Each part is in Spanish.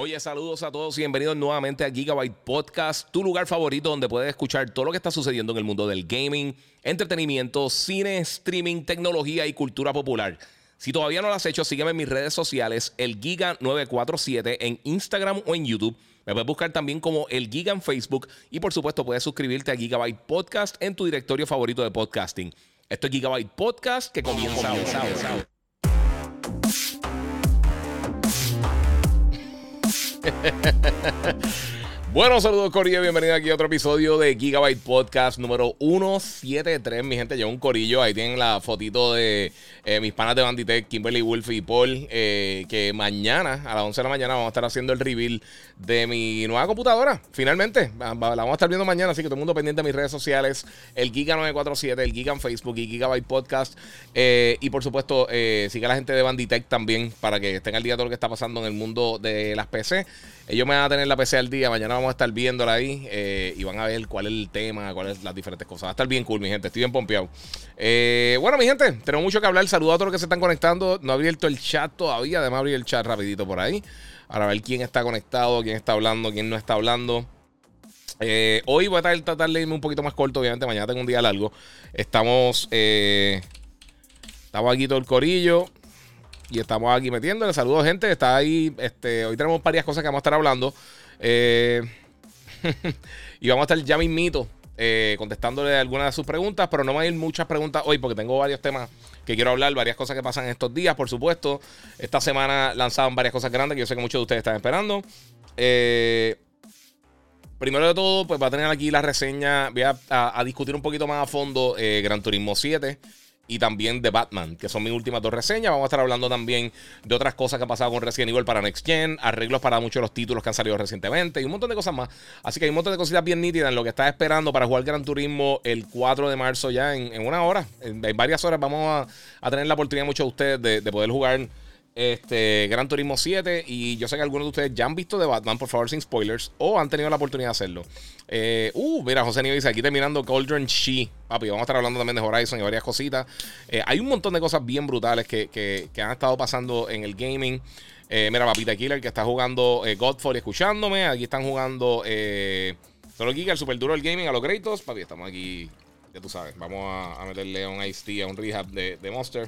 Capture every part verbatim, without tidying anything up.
Oye, saludos a todos y bienvenidos nuevamente a Gigabyte Podcast, tu lugar favorito donde puedes escuchar todo lo que está sucediendo en el mundo del gaming, entretenimiento, cine, streaming, tecnología y cultura popular. Si todavía no lo has hecho, sígueme en mis redes sociales, el Giga nueve cuatro siete en Instagram o en YouTube. Me puedes buscar también como el Giga en Facebook y por supuesto puedes suscribirte a Gigabyte Podcast en tu directorio favorito de podcasting. Esto es Gigabyte Podcast que comienza ahora. Bueno, saludos Corillo, bienvenido aquí a otro episodio de Gigabyte Podcast número ciento setenta y tres. Mi gente, lleva un corillo, ahí tienen la fotito de eh, mis panas de Banditech, Kimberly, Wolf y Paul, eh, que mañana a las once de la mañana vamos a estar haciendo el reveal de mi nueva computadora, finalmente. La vamos a estar viendo mañana, así que todo el mundo pendiente de mis redes sociales, el Giga nueve cuatro siete, el Giga en Facebook y Gigabyte Podcast. Eh, y por supuesto, eh, sigue a la gente de Banditech también para que estén al día de todo lo que está pasando en el mundo de las P C. Ellos me van a tener la P C al día, mañana vamos a estar viéndola ahí eh, y van a ver cuál es el tema, cuáles son las diferentes cosas. Va a estar bien cool, mi gente, estoy bien pompeado. Eh, bueno, mi gente, tenemos mucho que hablar. Saludos a todos los que se están conectando. No he abierto el chat todavía, además abrí el chat rapidito por ahí. Ahora a ver quién está conectado, quién está hablando, quién no está hablando. Eh, hoy voy a tratar, tratar de irme un poquito más corto, obviamente mañana tengo un día largo. Estamos, eh, estamos aquí todo el corillo. Y estamos aquí metiéndole. Saludos, gente. Está ahí. Este, hoy tenemos varias cosas que vamos a estar hablando. Eh, y vamos a estar ya mismito eh, contestándole algunas de sus preguntas. Pero no van a ir muchas preguntas hoy porque tengo varios temas que quiero hablar. Varias cosas que pasan en estos días, por supuesto. Esta semana lanzaban varias cosas grandes que yo sé que muchos de ustedes están esperando. Eh, primero de todo, pues va a tener aquí la reseña. Voy a, a, a discutir un poquito más a fondo eh, Gran Turismo siete. Y también de Batman, que son mis últimas dos reseñas. Vamos a estar hablando también de otras cosas que han pasado con Resident Evil para Next Gen, arreglos para muchos de los títulos que han salido recientemente y un montón de cosas más. Así que hay un montón de cositas bien nítidas en lo que estás esperando para jugar Gran Turismo el cuatro de marzo ya en, en una hora. En, en varias horas vamos a, a tener la oportunidad, muchos de ustedes, de, de poder jugar este Gran Turismo siete. Y yo sé que algunos de ustedes ya han visto de Batman, por favor, sin spoilers, o han tenido la oportunidad de hacerlo. Eh, uh, mira, José Nieves dice, aquí terminando Cauldron She. Papi, vamos a estar hablando también de Horizon y varias cositas. Eh, hay un montón de cosas bien brutales que, que, que han estado pasando en el gaming. Eh, mira, Papita Killer, que está jugando eh, Godfall y escuchándome. Aquí están jugando eh, Solo Giga, el super duro del gaming, a los Kratos. Papi, estamos aquí, ya tú sabes. Vamos a, a meterle a un Ice-T, a un rehab de, de Monster.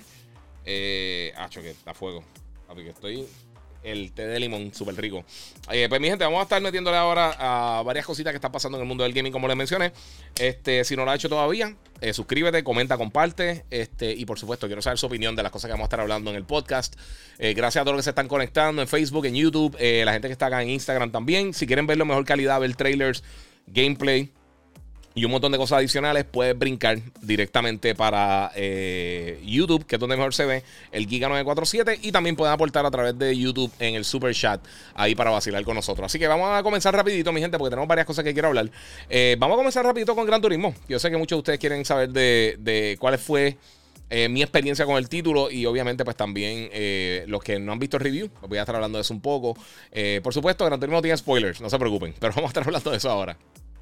Eh, acho, que está a fuego. Papi, que estoy... El té de limón, súper rico. Eh, pues mi gente, vamos a estar metiéndole ahora a varias cositas que están pasando en el mundo del gaming, como les mencioné. Este, si no lo has hecho todavía, eh, suscríbete, comenta, comparte. Este, y por supuesto, quiero saber su opinión de las cosas que vamos a estar hablando en el podcast. Eh, gracias a todos los que se están conectando en Facebook, en YouTube, eh, la gente que está acá en Instagram también. Si quieren verlo en mejor calidad, ver trailers, gameplay y un montón de cosas adicionales, puedes brincar directamente para eh, YouTube, que es donde mejor se ve, el Giga nueve cuatro siete. Y también pueden aportar a través de YouTube en el Super Chat, ahí para vacilar con nosotros. Así que vamos a comenzar rapidito, mi gente, porque tenemos varias cosas que quiero hablar. Eh, vamos a comenzar rapidito con Gran Turismo. Yo sé que muchos de ustedes quieren saber de, de cuál fue eh, mi experiencia con el título. Y obviamente pues también eh, los que no han visto el review, pues voy a estar hablando de eso un poco. eh, Por supuesto, Gran Turismo tiene spoilers, no se preocupen, pero vamos a estar hablando de eso ahora.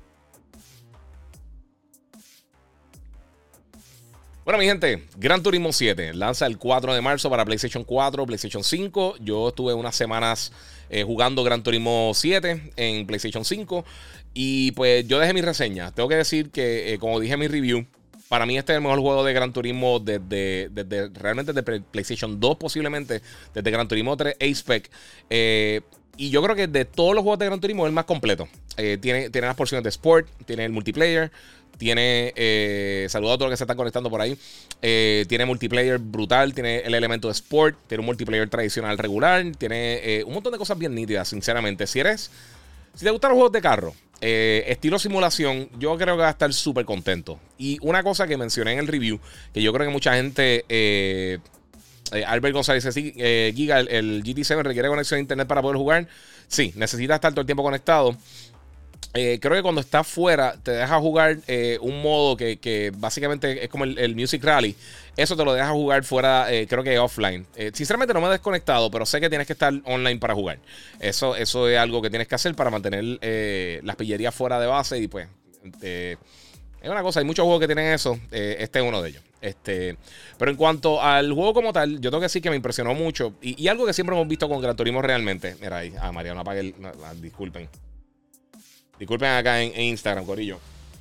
Bueno, mi gente, Gran Turismo siete lanza el cuatro de marzo para PlayStation cuatro, PlayStation cinco. Yo estuve unas semanas eh, jugando Gran Turismo siete en PlayStation cinco. Y pues yo dejé mi reseña. Tengo que decir que, eh, como dije en mi review, para mí este es el mejor juego de Gran Turismo desde, desde, desde realmente desde PlayStation dos, posiblemente, desde Gran Turismo tres A-Spec. Eh, y yo creo que de todos los juegos de Gran Turismo es el más completo. Eh, tiene, tiene las porciones de Sport, tiene el multiplayer. Tiene, eh, saludos a todos los que se están conectando por ahí. Eh, tiene multiplayer brutal, tiene el elemento de sport, tiene un multiplayer tradicional regular, tiene eh, un montón de cosas bien nítidas, sinceramente. Si eres, si te gustan los juegos de carro, eh, estilo simulación, yo creo que vas a estar súper contento. Y una cosa que mencioné en el review, que yo creo que mucha gente... Eh, Eh, Albert González dice, sí, eh, Giga, el, el G T siete requiere conexión a internet para poder jugar. Sí, necesitas estar todo el tiempo conectado. Eh, creo que cuando estás fuera te deja jugar eh, un modo que, que básicamente es como el, el Music Rally. Eso te lo deja jugar fuera, eh, creo que offline. Eh, sinceramente no me he desconectado, pero sé que tienes que estar online para jugar. Eso, eso es algo que tienes que hacer para mantener eh, las pillerías fuera de base. Y pues eh, es una cosa, hay muchos juegos que tienen eso. Eh, este es uno de ellos. Este, pero en cuanto al juego como tal, yo tengo que decir que me impresionó mucho. Y, y algo que siempre hemos visto con Gran Turismo realmente. Mira ahí, ah, María, no apague el. No, no, disculpen. Disculpen acá en, en Instagram, corillo.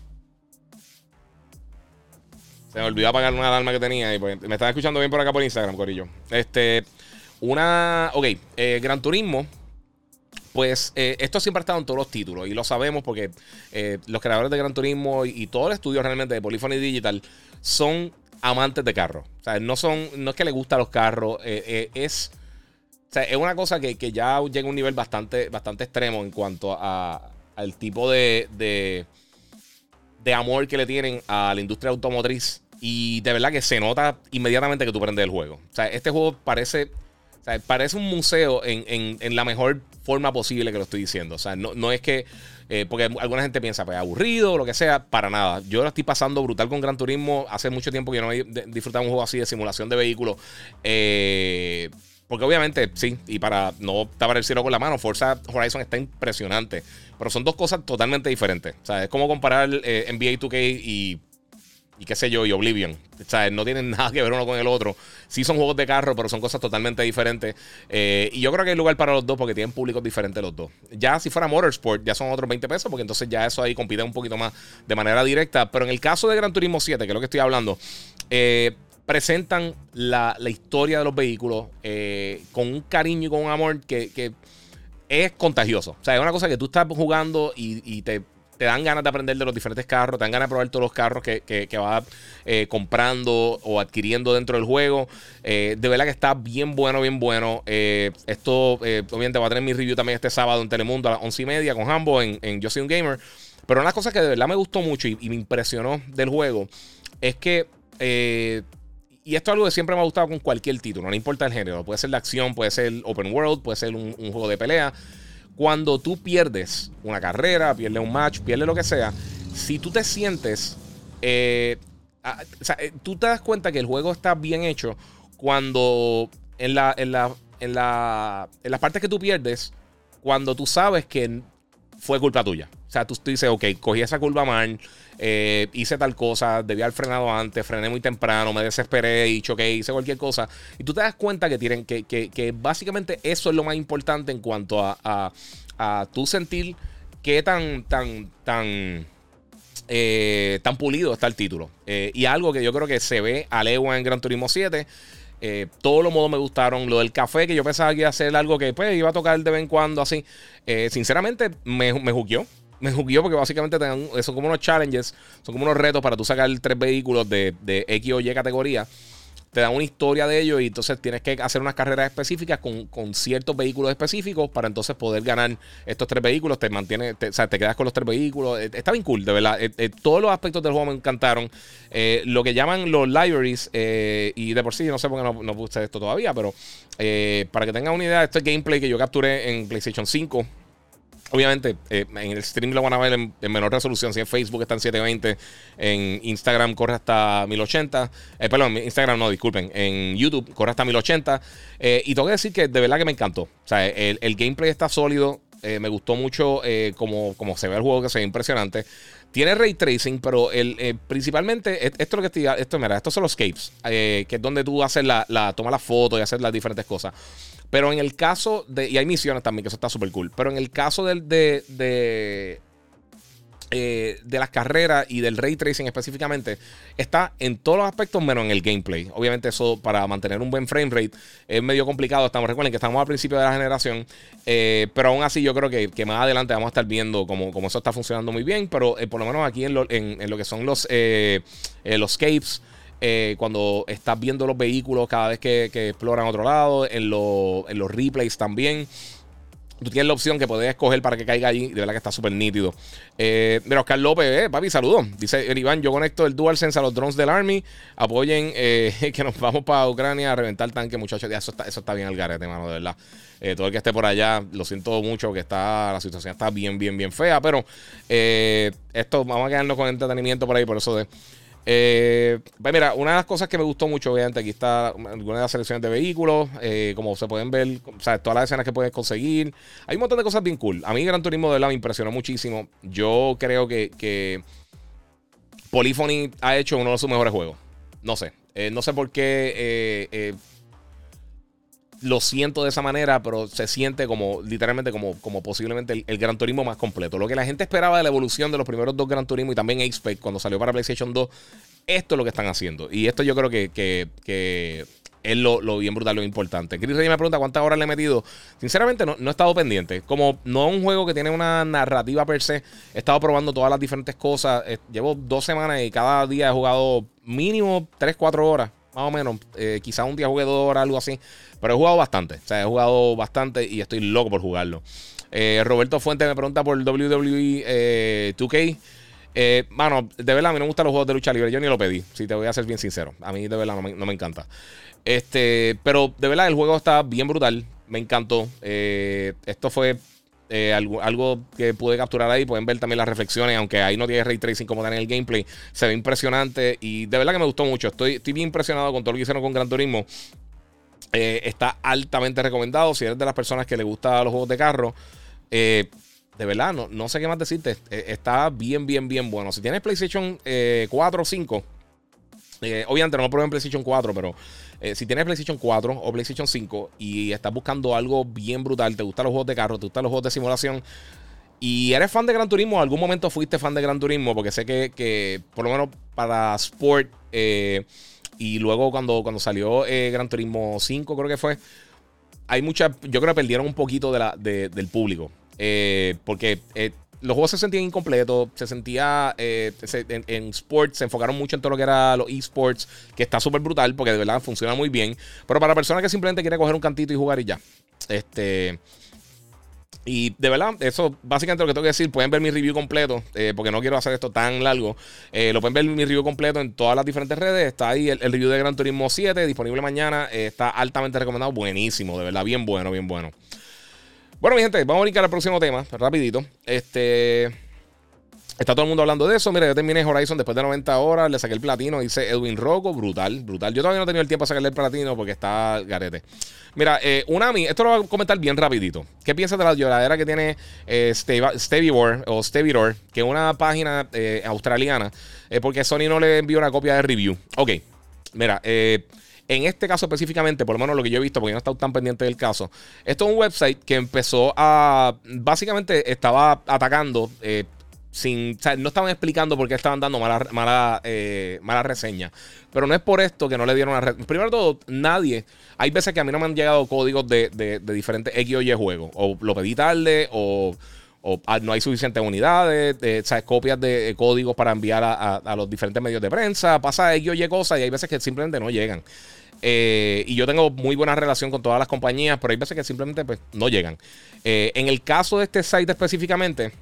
Se me olvidó apagar una alarma que tenía. Y pues, me están escuchando bien por acá por Instagram, corillo. Este, una. Ok, eh, Gran Turismo. Pues eh, esto siempre ha estado en todos los títulos y lo sabemos porque eh, los creadores de Gran Turismo y, y todo el estudio realmente de Polyphony Digital son amantes de carros. O sea, no son, no es que les gustan los carros, eh, eh, es, o sea, es una cosa que, que ya llega a un nivel bastante, bastante extremo en cuanto a, al tipo de, de, de amor que le tienen a la industria automotriz. Y de verdad que se nota inmediatamente que tú prendes el juego. O sea, este juego parece, o sea, parece un museo en, en, en la mejor forma posible que lo estoy diciendo. O sea, no, no es que... Eh, porque alguna gente piensa, pues aburrido o lo que sea, para nada. Yo lo estoy pasando brutal con Gran Turismo. Hace mucho tiempo que yo no he disfrutado un juego así de simulación de vehículos. Eh, porque obviamente, sí, y para no tapar el cielo con la mano, Forza Horizon está impresionante. Pero son dos cosas totalmente diferentes. O sea, es como comparar eh, N B A dos K y... y qué sé yo, y Oblivion. O sea, no tienen nada que ver uno con el otro. Sí son juegos de carro, pero son cosas totalmente diferentes. Eh, y yo creo que hay lugar para los dos porque tienen públicos diferentes los dos. Ya si fuera Motorsport, ya son otros veinte pesos, porque entonces ya eso ahí compite un poquito más de manera directa. Pero en el caso de Gran Turismo siete, que es lo que estoy hablando, eh, presentan la, la historia de los vehículos eh, con un cariño y con un amor que, que es contagioso. O sea, es una cosa que tú estás jugando y, y te... te dan ganas de aprender de los diferentes carros, te dan ganas de probar todos los carros que, que, que vas eh, comprando o adquiriendo dentro del juego. Eh, de verdad que está bien bueno, bien bueno. Eh, esto, eh, obviamente, va a tener mi review también este sábado en Telemundo a las once y media con Hambo en, en Yo Soy un Gamer. Pero una de las cosas que de verdad me gustó mucho y, y me impresionó del juego es que, eh, y esto es algo que siempre me ha gustado con cualquier título, no importa el género, puede ser de acción, puede ser open world, puede ser un, un juego de pelea. Cuando tú pierdes una carrera, pierdes un match, pierdes lo que sea, si tú te sientes... Eh, a, o sea, tú te das cuenta que el juego está bien hecho cuando en la, en la, en la, en las partes que tú pierdes, cuando tú sabes que fue culpa tuya. O sea, tú, tú dices, ok, cogí esa curva mal, eh, hice tal cosa, debía haber frenado antes, frené muy temprano, me desesperé y choqué, hice cualquier cosa. Y tú te das cuenta que tienen que, que, que básicamente eso es lo más importante en cuanto a, a, a tú sentir qué tan, tan, tan, eh, tan pulido está el título. Eh, y algo que yo creo que se ve a legua en Gran Turismo siete. Eh, todos los modos me gustaron. Lo del café, que yo pensaba que iba a ser algo que pues iba a tocar de vez en cuando así. Eh, sinceramente, me, me jugueó. Me jugueó porque básicamente te dan, son como unos challenges, son como unos retos para tú sacar tres vehículos de, de X o Y categoría. Te dan una historia de ellos y entonces tienes que hacer unas carreras específicas con, con ciertos vehículos específicos para entonces poder ganar estos tres vehículos. Te mantiene, te, o sea, te quedas con los tres vehículos. Eh, está bien cool, de verdad. Eh, eh, todos los aspectos del juego me encantaron. Eh, lo que llaman los libraries, eh, y de por sí, no sé por qué no, no puse esto todavía, pero eh, para que tengan una idea, este gameplay que yo capturé en PlayStation cinco. Obviamente, eh, en el stream lo van a ver en, en menor resolución. Si en Facebook está en setecientos veinte, en Instagram corre hasta mil ochenta. Eh, perdón, Instagram no, disculpen. En YouTube corre hasta mil ochenta. Eh, y tengo que decir que de verdad que me encantó. O sea, el, el gameplay está sólido. Eh, me gustó mucho eh, como, como se ve el juego, que se ve impresionante. Tiene ray tracing, pero el, eh, principalmente, esto es lo que estoy, esto, mira, estos son los escapes, eh, que es donde tú haces la, la toma la foto y haces las diferentes cosas. Pero en el caso de, y hay misiones también, que eso está súper cool. Pero en el caso del, de, de, eh, de las carreras y del ray tracing específicamente, está en todos los aspectos menos en el gameplay. Obviamente eso para mantener un buen frame rate es medio complicado. Estamos, recuerden que estamos al principio de la generación, eh, pero aún así yo creo que, que más adelante vamos a estar viendo cómo, cómo eso está funcionando muy bien. Pero eh, por lo menos aquí en lo, en, en lo que son los, eh, eh, los escapes, Eh, cuando estás viendo los vehículos cada vez que, que exploran otro lado, en, lo, en los replays también, tú tienes la opción que puedes escoger para que caiga allí. De verdad que está súper nítido. Eh, mira, Oscar López, eh, papi, saludos. Dice el Iván, yo conecto el DualSense a los drones del Army. Apoyen eh, que nos vamos para Ucrania a reventar el tanque, muchachos. Ya, eso, está, eso está bien al garete, mano, de verdad. Eh, todo el que esté por allá, lo siento mucho, que está, la situación está bien, bien, bien fea. Pero eh, esto, vamos a quedarnos con entretenimiento por ahí, por eso de... Eh, pues mira, una de las cosas que me gustó mucho, obviamente, aquí está algunas de las selecciones de vehículos, eh, como se pueden ver, o sea, todas las escenas que puedes conseguir. Hay un montón de cosas bien cool. A mí Gran Turismo de verdad me impresionó muchísimo. Yo creo que, que Polyphony ha hecho uno de sus mejores juegos. no sé. Eh, no sé por qué eh, eh, lo siento de esa manera, pero se siente como literalmente como, como posiblemente el, el Gran Turismo más completo. Lo que la gente esperaba de la evolución de los primeros dos Gran Turismo y también Apex cuando salió para PlayStation dos, esto es lo que están haciendo. Y esto yo creo que, que, que es lo, lo bien brutal, lo importante. Chris Reyes me pregunta cuántas horas le he metido. Sinceramente no, no he estado pendiente. Como no es un juego que tiene una narrativa per se, he estado probando todas las diferentes cosas. Eh, llevo dos semanas y cada día he jugado mínimo tres cuatro horas. Más o menos. Eh, quizás un día jugué dos horas, algo así. Pero he jugado bastante. O sea, he jugado bastante y estoy loco por jugarlo. Eh, Roberto Fuente me pregunta por W W E eh, dos K. Eh, mano, de verdad a mí no me gustan los juegos de lucha libre. Yo ni lo pedí, si te voy a ser bien sincero. A mí de verdad no me, no me encanta. Este, pero de verdad el juego está bien brutal. Me encantó. Eh, esto fue eh, algo, algo que pude capturar ahí. Pueden ver también las reflexiones. Aunque ahí no tiene ray tracing como está en el gameplay. Se ve impresionante. Y de verdad que me gustó mucho. Estoy, estoy bien impresionado con todo lo que hicieron con Gran Turismo. Eh, está altamente recomendado. Si eres de las personas que le gustan los juegos de carro. Eh, de verdad, no, no sé qué más decirte. Eh, está bien, bien, bien bueno. Si tienes PlayStation eh, cuatro o cinco. Eh, obviamente no lo probé en PlayStation cuatro, pero eh, si tienes PlayStation cuatro o PlayStation cinco y estás buscando algo bien brutal, te gustan los juegos de carro, te gustan los juegos de simulación y eres fan de Gran Turismo, en algún momento fuiste fan de Gran Turismo, porque sé que, que por lo menos para Sport eh, y luego cuando, cuando salió eh, Gran Turismo cinco, creo que fue, hay muchas, yo creo que perdieron un poquito de la, de, del público, eh, porque eh, los juegos se sentían incompletos, se sentía eh, se, en, en sports, se enfocaron mucho en todo lo que era los esports, que está súper brutal porque de verdad funciona muy bien, pero para personas que simplemente quieren coger un cantito y jugar y ya. Este, y de verdad, eso básicamente lo que tengo que decir. Pueden ver mi review completo, eh, porque no quiero hacer esto tan largo. Eh, lo pueden ver mi review completo en todas las diferentes redes. Está ahí el, el review de Gran Turismo siete, disponible mañana. Eh, está altamente recomendado, buenísimo, de verdad, bien bueno, bien bueno. Bueno, mi gente, vamos a brincar al próximo tema, rapidito. Este... Está todo el mundo hablando de eso. Mira, yo terminé Horizon después de noventa horas. Le saqué el platino, dice Edwin Rocco. Brutal, brutal. Yo todavía no he tenido el tiempo de sacarle el platino porque está garete. Mira, eh, Unami, esto lo voy a comentar bien rapidito. ¿Qué piensas de la lloradera que tiene eh, Stevivor o Stevivor, que es una página eh, australiana, eh, porque Sony no le envió una copia de review? Ok, mira, eh... en este caso específicamente, por lo menos lo que yo he visto, porque yo no he estado tan pendiente del caso, esto es un website que empezó a... Básicamente estaba atacando... Eh, sin, o sea, no estaban explicando por qué estaban dando mala, mala, eh, mala reseña. Pero no es por esto que no le dieron una reseña. Primero de todo, nadie... Hay veces que a mí no me han llegado códigos de, de, de diferentes X o Y juegos. O lo pedí tarde, o... o no hay suficientes unidades, de, ¿sabes? Copias de, de códigos para enviar a, a, a los diferentes medios de prensa. Pasa X o Y cosas y hay veces que simplemente no llegan. Eh, y yo tengo muy buena relación con todas las compañías, pero hay veces que simplemente pues, no llegan. Eh, en el caso de este site específicamente,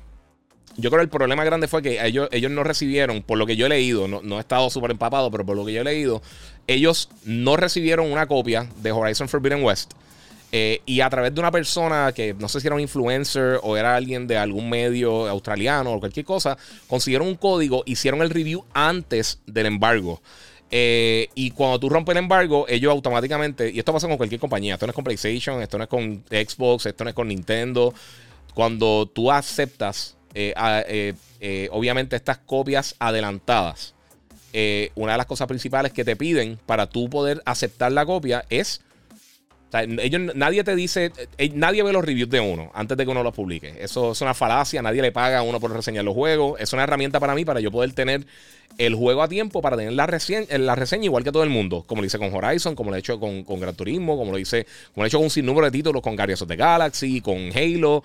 yo creo que el problema grande fue que ellos, ellos no recibieron, por lo que yo he leído, no, no he estado súper empapado, pero por lo que yo he leído, ellos no recibieron una copia de Horizon Forbidden West. Eh, y a través de una persona que no sé si era un influencer o era alguien de algún medio australiano o cualquier cosa, consiguieron un código, hicieron el review antes del embargo. Eh, y cuando tú rompes el embargo, ellos automáticamente, y esto pasa con cualquier compañía, esto no es con PlayStation, esto no es con Xbox, esto no es con Nintendo. Cuando tú aceptas, eh, a, eh, eh, obviamente, estas copias adelantadas, eh, una de las cosas principales que te piden para tú poder aceptar la copia es... O sea, ellos, nadie te dice, eh, nadie ve los reviews de uno antes de que uno los publique. Eso es una falacia, nadie le paga a uno por reseñar los juegos. Es una herramienta para mí, para yo poder tener el juego a tiempo, para tener la reseña, la reseña igual que todo el mundo. Como lo hice con Horizon, como lo he hecho con, con Gran Turismo, como lo hice, como lo he hecho con un sinnúmero de títulos, con Guardians of the Galaxy, con Halo.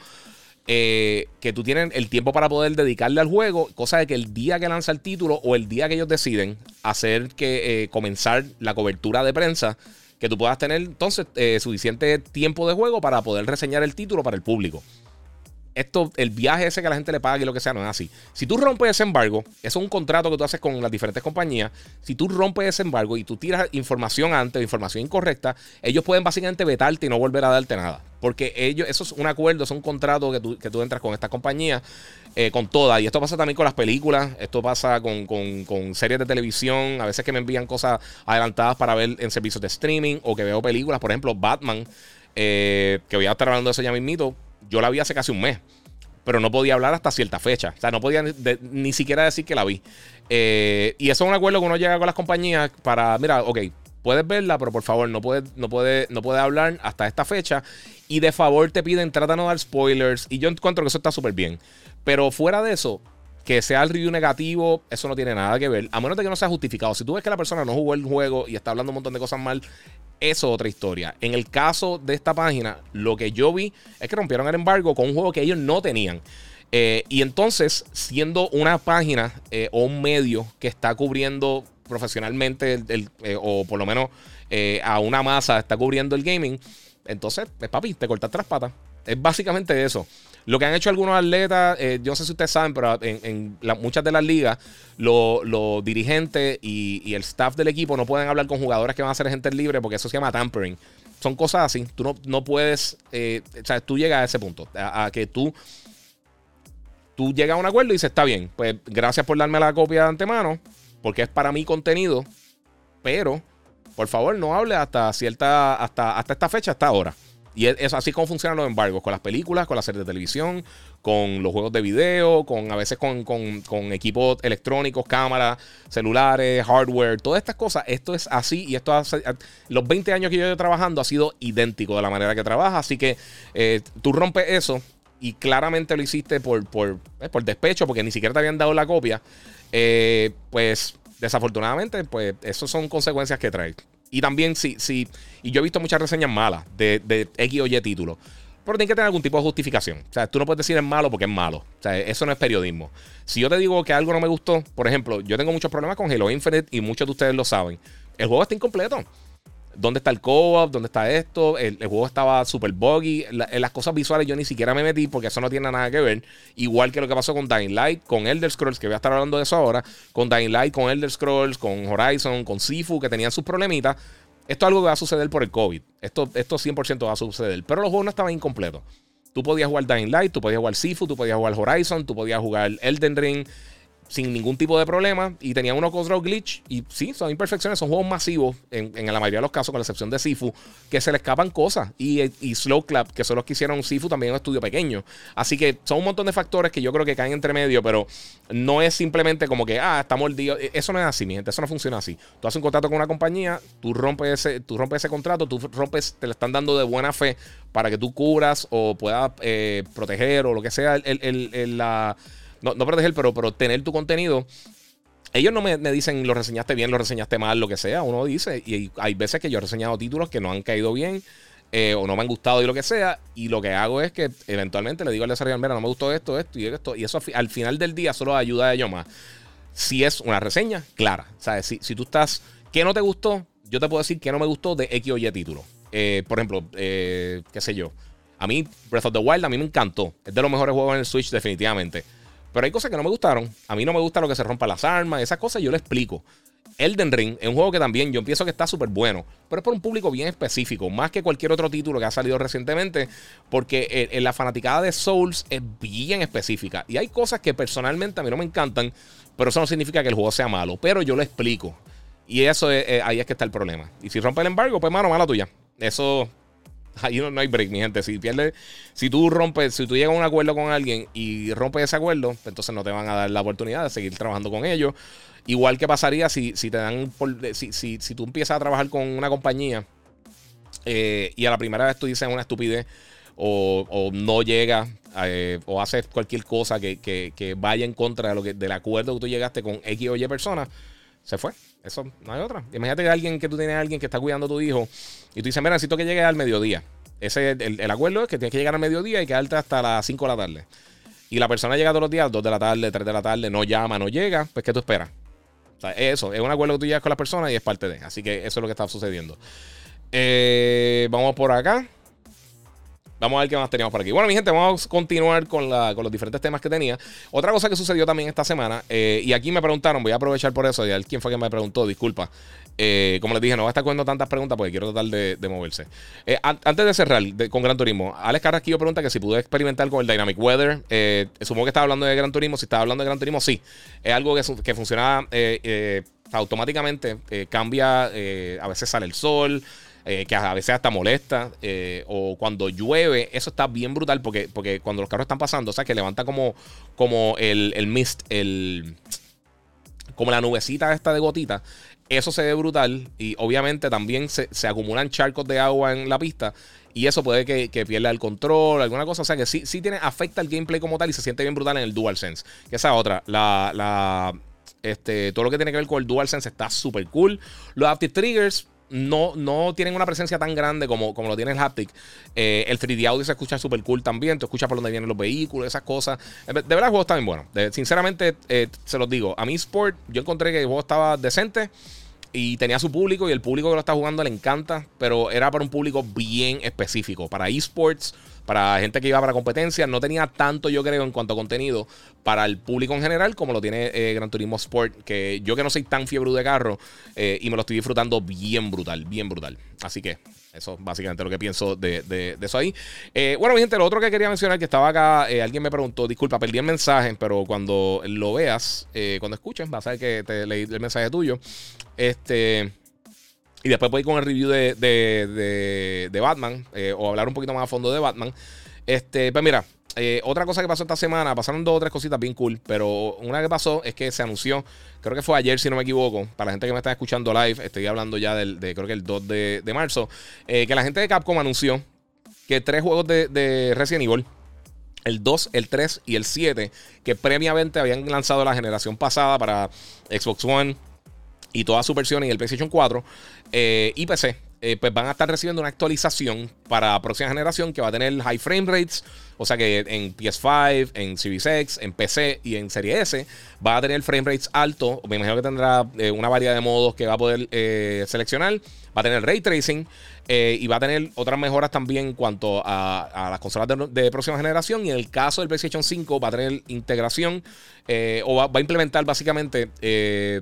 Eh, que tú tienes el tiempo para poder dedicarle al juego, cosa de que el día que lanza el título o el día que ellos deciden hacer que eh, comenzar la cobertura de prensa, que tú puedas tener entonces eh, suficiente tiempo de juego para poder reseñar el título para el público. Esto, el viaje ese que a la gente le paga y lo que sea, no es así. Si tú rompes ese embargo, eso es un contrato que tú haces con las diferentes compañías. Si tú rompes ese embargo y tú tiras información antes, información incorrecta, ellos pueden básicamente vetarte y no volver a darte nada. Porque ellos, eso es un acuerdo, es un contrato que tú, que tú entras con esta compañía, eh, con todas. Y esto pasa también con las películas, esto pasa con, con, con series de televisión. A veces que me envían cosas adelantadas para ver en servicios de streaming o que veo películas. Por ejemplo, Batman, eh, que voy a estar hablando de eso ya mismito. Yo la vi hace casi un mes. pero no podía hablar hasta cierta fecha. O sea, no podía ni, de, ni siquiera decir que la vi. Eh, y eso es un acuerdo que uno llega con las compañías para, mira, ok, puedes verla, pero por favor no puedes no puede, no puede hablar hasta esta fecha. Y de favor te piden, trata de no dar spoilers. Y yo encuentro que eso está súper bien. Pero fuera de eso, que sea el review negativo, eso no tiene nada que ver. A menos de que no sea justificado. Si tú ves que la persona no jugó el juego y está hablando un montón de cosas mal, eso es otra historia. En el caso de esta página, lo que yo vi es que rompieron el embargo con un juego que ellos no tenían. Eh, y entonces, siendo una página eh, o un medio que está cubriendo profesionalmente, el, el, eh, o por lo menos eh, a una masa está cubriendo el gaming, entonces, pues, papi, te cortaste las patas. Es básicamente eso. Lo que han hecho algunos atletas, eh, yo no sé si ustedes saben, pero en, en la, muchas de las ligas, los lo dirigentes y, y el staff del equipo no pueden hablar con jugadores que van a ser agentes libres porque eso se llama tampering. Son cosas así. Tú no, no puedes, eh, o sea, tú llegas a ese punto, a, a que tú, tú llegas a un acuerdo y dices, está bien, pues gracias por darme la copia de antemano, porque es para mi contenido, pero por favor no hable hasta cierta, hasta, hasta esta fecha, hasta ahora. Y es, es así como funcionan los embargos, con las películas, con las series de televisión, con los juegos de video, con a veces con, con, con equipos electrónicos, cámaras, celulares, hardware, todas estas cosas. Esto es así y esto hace, los veinte años que yo llevo trabajando ha sido idéntico de la manera que trabaja. Así que eh, tú rompes eso y claramente lo hiciste por, por, eh, por despecho, porque ni siquiera te habían dado la copia. Eh, pues desafortunadamente, pues esas son consecuencias que trae. Y también, sí, sí, y yo he visto muchas reseñas malas de, de X o Y títulos, pero tiene que tener algún tipo de justificación. O sea, tú no puedes decir es malo porque es malo. O sea, eso no es periodismo. Si yo te digo que algo no me gustó, por ejemplo, yo tengo muchos problemas con Halo Infinite y muchos de ustedes lo saben. El juego está incompleto. ¿Dónde está el co-op? ¿Dónde está esto? El, el juego estaba super buggy. La, en las cosas visuales yo ni siquiera me metí porque eso no tiene nada que ver. Igual que lo que pasó con Dying Light, con Elder Scrolls, que voy a estar hablando de eso ahora. Con Dying Light, con Elder Scrolls, con Horizon, con Sifu, que tenían sus problemitas. Esto es algo que va a suceder por el COVID. Esto, esto cien por ciento va a suceder. Pero los juegos no estaban incompletos. Tú podías jugar Dying Light, tú podías jugar Sifu, tú podías jugar Horizon, tú podías jugar Elden Ring sin ningún tipo de problema. Y tenía unos control glitch. Y sí, son imperfecciones. Son juegos masivos, en, en la mayoría de los casos, con la excepción de Sifu, que se le escapan cosas. Y, y Slow Clap, que son los que hicieron Sifu, también es un estudio pequeño. Así que son un montón de factores que yo creo que caen entre medio, pero no es simplemente como que, ah, está mordido. Eso no es así, mi gente. Eso no funciona así. Tú haces un contrato con una compañía, tú rompes ese, tú rompes ese contrato, tú rompes, te lo están dando de buena fe para que tú cubras o puedas eh, proteger o lo que sea, el, el, el, la... No, no proteger, pero, pero tener tu contenido. Ellos no me, me dicen lo reseñaste bien, lo reseñaste mal, lo que sea. Uno dice, y hay veces que yo he reseñado títulos que no han caído bien eh, o no me han gustado y lo que sea. Y lo que hago es que eventualmente le digo al desarrollador, mira, no me gustó esto, esto y esto. Y eso al final del día solo ayuda a ellos más. Si es una reseña, clara. ¿Sabes? Si, si tú estás, ¿qué no te gustó? Yo te puedo decir que no me gustó de X o Y título. Eh, por ejemplo, eh, qué sé yo. A mí, Breath of the Wild, a mí me encantó. Es de los mejores juegos en el Switch, definitivamente. Pero hay cosas que no me gustaron. A mí no me gusta lo que se rompa las armas. Esas cosas yo le explico. Elden Ring es un juego que también yo pienso que está súper bueno. Pero es por un público bien específico. Más que cualquier otro título que ha salido recientemente. Porque en la fanaticada de Souls es bien específica. Y hay cosas que personalmente a mí no me encantan. Pero eso no significa que el juego sea malo. Pero yo lo explico. Y eso es, eh, ahí es que está el problema. Y si rompe el embargo, pues mano, mala tuya. Eso... Ahí no, no hay break, mi gente. Si pierdes, si tú rompes, si tú llegas a un acuerdo con alguien y rompes ese acuerdo, pues entonces no te van a dar la oportunidad de seguir trabajando con ellos. Igual que pasaría si, si te dan por, si, si, si tú empiezas a trabajar con una compañía eh, y a la primera vez tú dices una estupidez o, o no llegas eh, o haces cualquier cosa que, que, que vaya en contra de lo que, del acuerdo que tú llegaste con X o Y personas, se fue. Eso no hay otra. Imagínate que alguien que tú tienes a alguien que está cuidando a tu hijo y tú dices, mira, necesito que llegue al mediodía. Ese el, el acuerdo es que tienes que llegar al mediodía y quedarte hasta las cinco de la tarde. Y la persona llega todos los días, dos de la tarde, tres de la tarde, no llama, no llega, pues ¿qué tú esperas? O sea, eso, es un acuerdo que tú llegas con las personas y es parte de. Así que eso es lo que está sucediendo. Eh, vamos por acá. Vamos a ver qué más teníamos por aquí. Bueno, mi gente, vamos a continuar con, la, con los diferentes temas que tenía. Otra cosa que sucedió también esta semana, eh, y aquí me preguntaron, voy a aprovechar por eso, y a ver quién fue que me preguntó, disculpa. Eh, como les dije, no voy a estar cogiendo tantas preguntas porque quiero tratar de, de moverse. Eh, an antes de cerrar de, con Gran Turismo, Alex Carrasquillo pregunta que si pude experimentar con el Dynamic Weather. Eh, supongo que estaba hablando de Gran Turismo. Si estaba hablando de Gran Turismo, sí. Es algo que, que funciona eh, eh, automáticamente. Eh, cambia, eh, a veces sale el sol. eh, que a veces hasta molesta, eh, o cuando llueve, eso está bien brutal porque, porque cuando los carros están pasando, o sea, que levanta como, como el, el mist, el, como la nubecita esta de gotita. Eso se ve brutal y obviamente también se, se acumulan charcos de agua en la pista y eso puede que, que pierda el control, alguna cosa. O sea que sí, sí tiene, afecta el gameplay como tal y se siente bien brutal en el DualSense. Que esa otra, la, la, este, todo lo que tiene que ver con el DualSense está súper cool. Los Adaptive Triggers no, no tienen una presencia tan grande como, como lo tiene el Haptic. Eh, el tres D audio se escucha súper cool también. Tú escuchas por dónde vienen los vehículos, esas cosas. De verdad el juego está bien bueno. De, sinceramente, eh, se los digo. A mí Sport, yo encontré que el juego estaba decente y tenía su público y el público que lo está jugando le encanta, pero era para un público bien específico, para esports, para gente que iba para competencia. No tenía tanto, yo creo, en cuanto a contenido para el público en general como lo tiene eh, Gran Turismo Sport, que yo que no soy tan fiebre de carro eh, y me lo estoy disfrutando bien brutal, bien brutal. Así que eso es básicamente lo que pienso de, de, de eso ahí. Eh, bueno, mi gente, lo otro que quería mencionar, que estaba acá, eh, alguien me preguntó, disculpa, perdí el mensaje, pero cuando lo veas, eh, cuando escuches, vas a ver que te leí el mensaje tuyo. Este... Y después voy con el review de, de, de, de Batman, eh, o hablar un poquito más a fondo de Batman. Este, pues mira, eh, otra cosa que pasó esta semana, pasaron dos o tres cositas bien cool, pero una que pasó es que se anunció, creo que fue ayer si no me equivoco, para la gente que me está escuchando live, estoy hablando ya del, de creo que el dos de, de marzo, eh, que la gente de Capcom anunció que tres juegos de, de Resident Evil, el dos, el tres y el siete, que previamente habían lanzado la generación pasada para Xbox One y todas sus versiones y el PlayStation cuatro eh, y P C, eh, pues van a estar recibiendo una actualización para la próxima generación que va a tener high frame rates. O sea que en P S cinco, en Series X, en P C y en Serie S va a tener frame rates altos. Me imagino que tendrá eh, una variedad de modos que va a poder eh, seleccionar. Va a tener ray tracing eh, y va a tener otras mejoras también en cuanto a, a las consolas de, de próxima generación. Y en el caso del PlayStation cinco va a tener integración eh, o va, va a implementar básicamente Eh,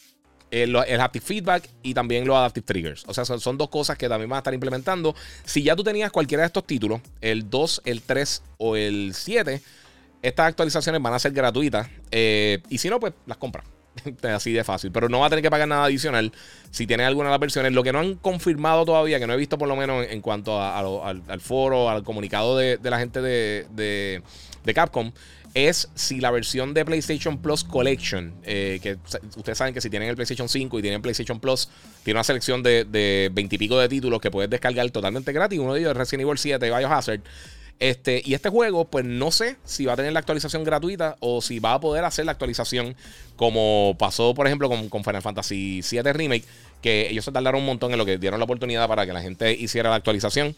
El, el haptic feedback y también los adaptive triggers. O sea, son, son dos cosas que también van a estar implementando. Si ya tú tenías cualquiera de estos títulos, el dos, el tres o el siete, estas actualizaciones van a ser gratuitas. Eh, y si no, pues las compras. Así de fácil. Pero no va a tener que pagar nada adicional si tienes alguna de las versiones. Lo que no han confirmado todavía, que no he visto por lo menos en, en cuanto a, a lo, al, al foro, al comunicado de, de la gente de, de, de Capcom, es si la versión de PlayStation Plus Collection, eh, que ustedes saben que si tienen el PlayStation cinco y tienen PlayStation Plus, tiene una selección de veintipico de, de títulos que puedes descargar totalmente gratis. Uno de ellos es Resident Evil siete, Biohazard. Este, y este juego, pues no sé si va a tener la actualización gratuita o si va a poder hacer la actualización como pasó, por ejemplo, con, con Final Fantasy siete Remake, que ellos se tardaron un montón en lo que dieron la oportunidad para que la gente hiciera la actualización.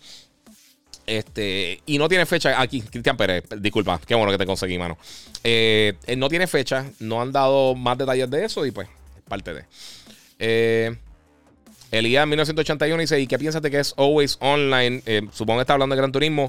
Este, y no tiene fecha. Aquí, Cristian Pérez, disculpa, qué bueno que te conseguí, mano. Eh, no tiene fecha, no han dado más detalles de eso y pues es parte de. Eh, Elías mil novecientos ochenta y uno dice: ¿y qué piensas de que es always online? Eh, supongo que está hablando de Gran Turismo.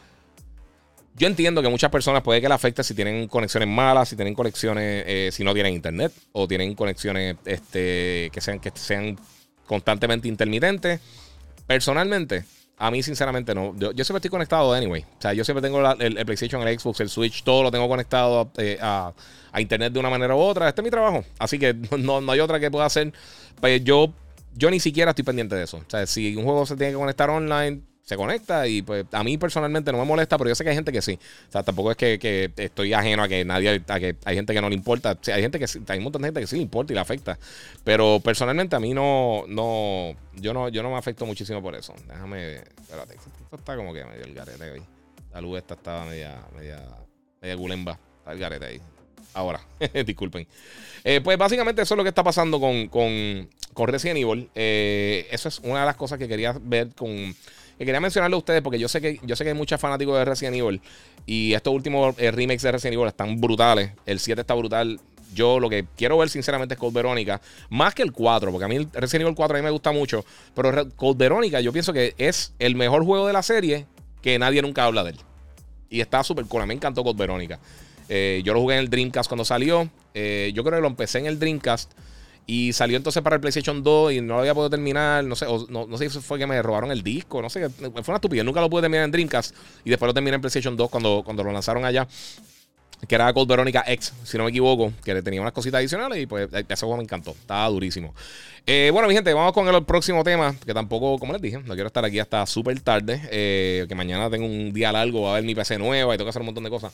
Yo entiendo que muchas personas puede que le afecte si tienen conexiones malas, si tienen conexiones, eh, si no tienen internet o tienen conexiones este, que sean, que sean constantemente intermitentes. Personalmente, a mí, sinceramente, no. Yo, yo siempre estoy conectado anyway. O sea, yo siempre tengo la, el, el PlayStation, el Xbox, el Switch, todo lo tengo conectado eh, a, a internet de una manera u otra. Este es mi trabajo. Así que no, no hay otra que pueda hacer. Pues yo, yo ni siquiera estoy pendiente de eso. O sea, si un juego se tiene que conectar online, se conecta y pues a mí personalmente no me molesta, pero yo sé que hay gente que sí. O sea, tampoco es que, que estoy ajeno a que nadie, a que hay gente que no le importa. O sea, hay gente que sí, hay un montón de gente que sí le importa y le afecta. Pero personalmente a mí no, no, yo no, yo no me afecto muchísimo por eso. Déjame, espérate, esto está como que medio el garete hoy. La luz esta estaba media, media, media gulemba. Está el garete ahí. Ahora, disculpen. Eh, pues básicamente eso es lo que está pasando con, con, con Resident Evil. Eh, eso es una de las cosas que quería ver con... que quería mencionarle a ustedes porque yo sé que yo sé que hay muchos fanáticos de Resident Evil y estos últimos eh, remakes de Resident Evil están brutales. El siete está brutal. Yo lo que quiero ver sinceramente es Code Verónica, más que el cuatro, porque a mí el Resident Evil cuatro a mí me gusta mucho, pero Code Verónica yo pienso que es el mejor juego de la serie que nadie nunca habla de él. Y está súper cool. Me encantó Code Verónica. Eh, yo lo jugué en el Dreamcast cuando salió. Eh, yo creo que lo empecé en el Dreamcast y salió entonces para el PlayStation dos y no lo había podido terminar. No sé, o, no, no sé si fue que me robaron el disco. No sé, fue una estupidez. Nunca lo pude terminar en Dreamcast y después lo terminé en PlayStation dos cuando, cuando lo lanzaron allá. que era Code Veronica X, si no me equivoco, que tenía unas cositas adicionales y pues ese juego me encantó, estaba durísimo. Eh, bueno, mi gente, vamos con el próximo tema, que tampoco, como les dije, no quiero estar aquí hasta súper tarde, eh, que mañana tengo un día largo, va a haber mi P C nueva y tengo que hacer un montón de cosas.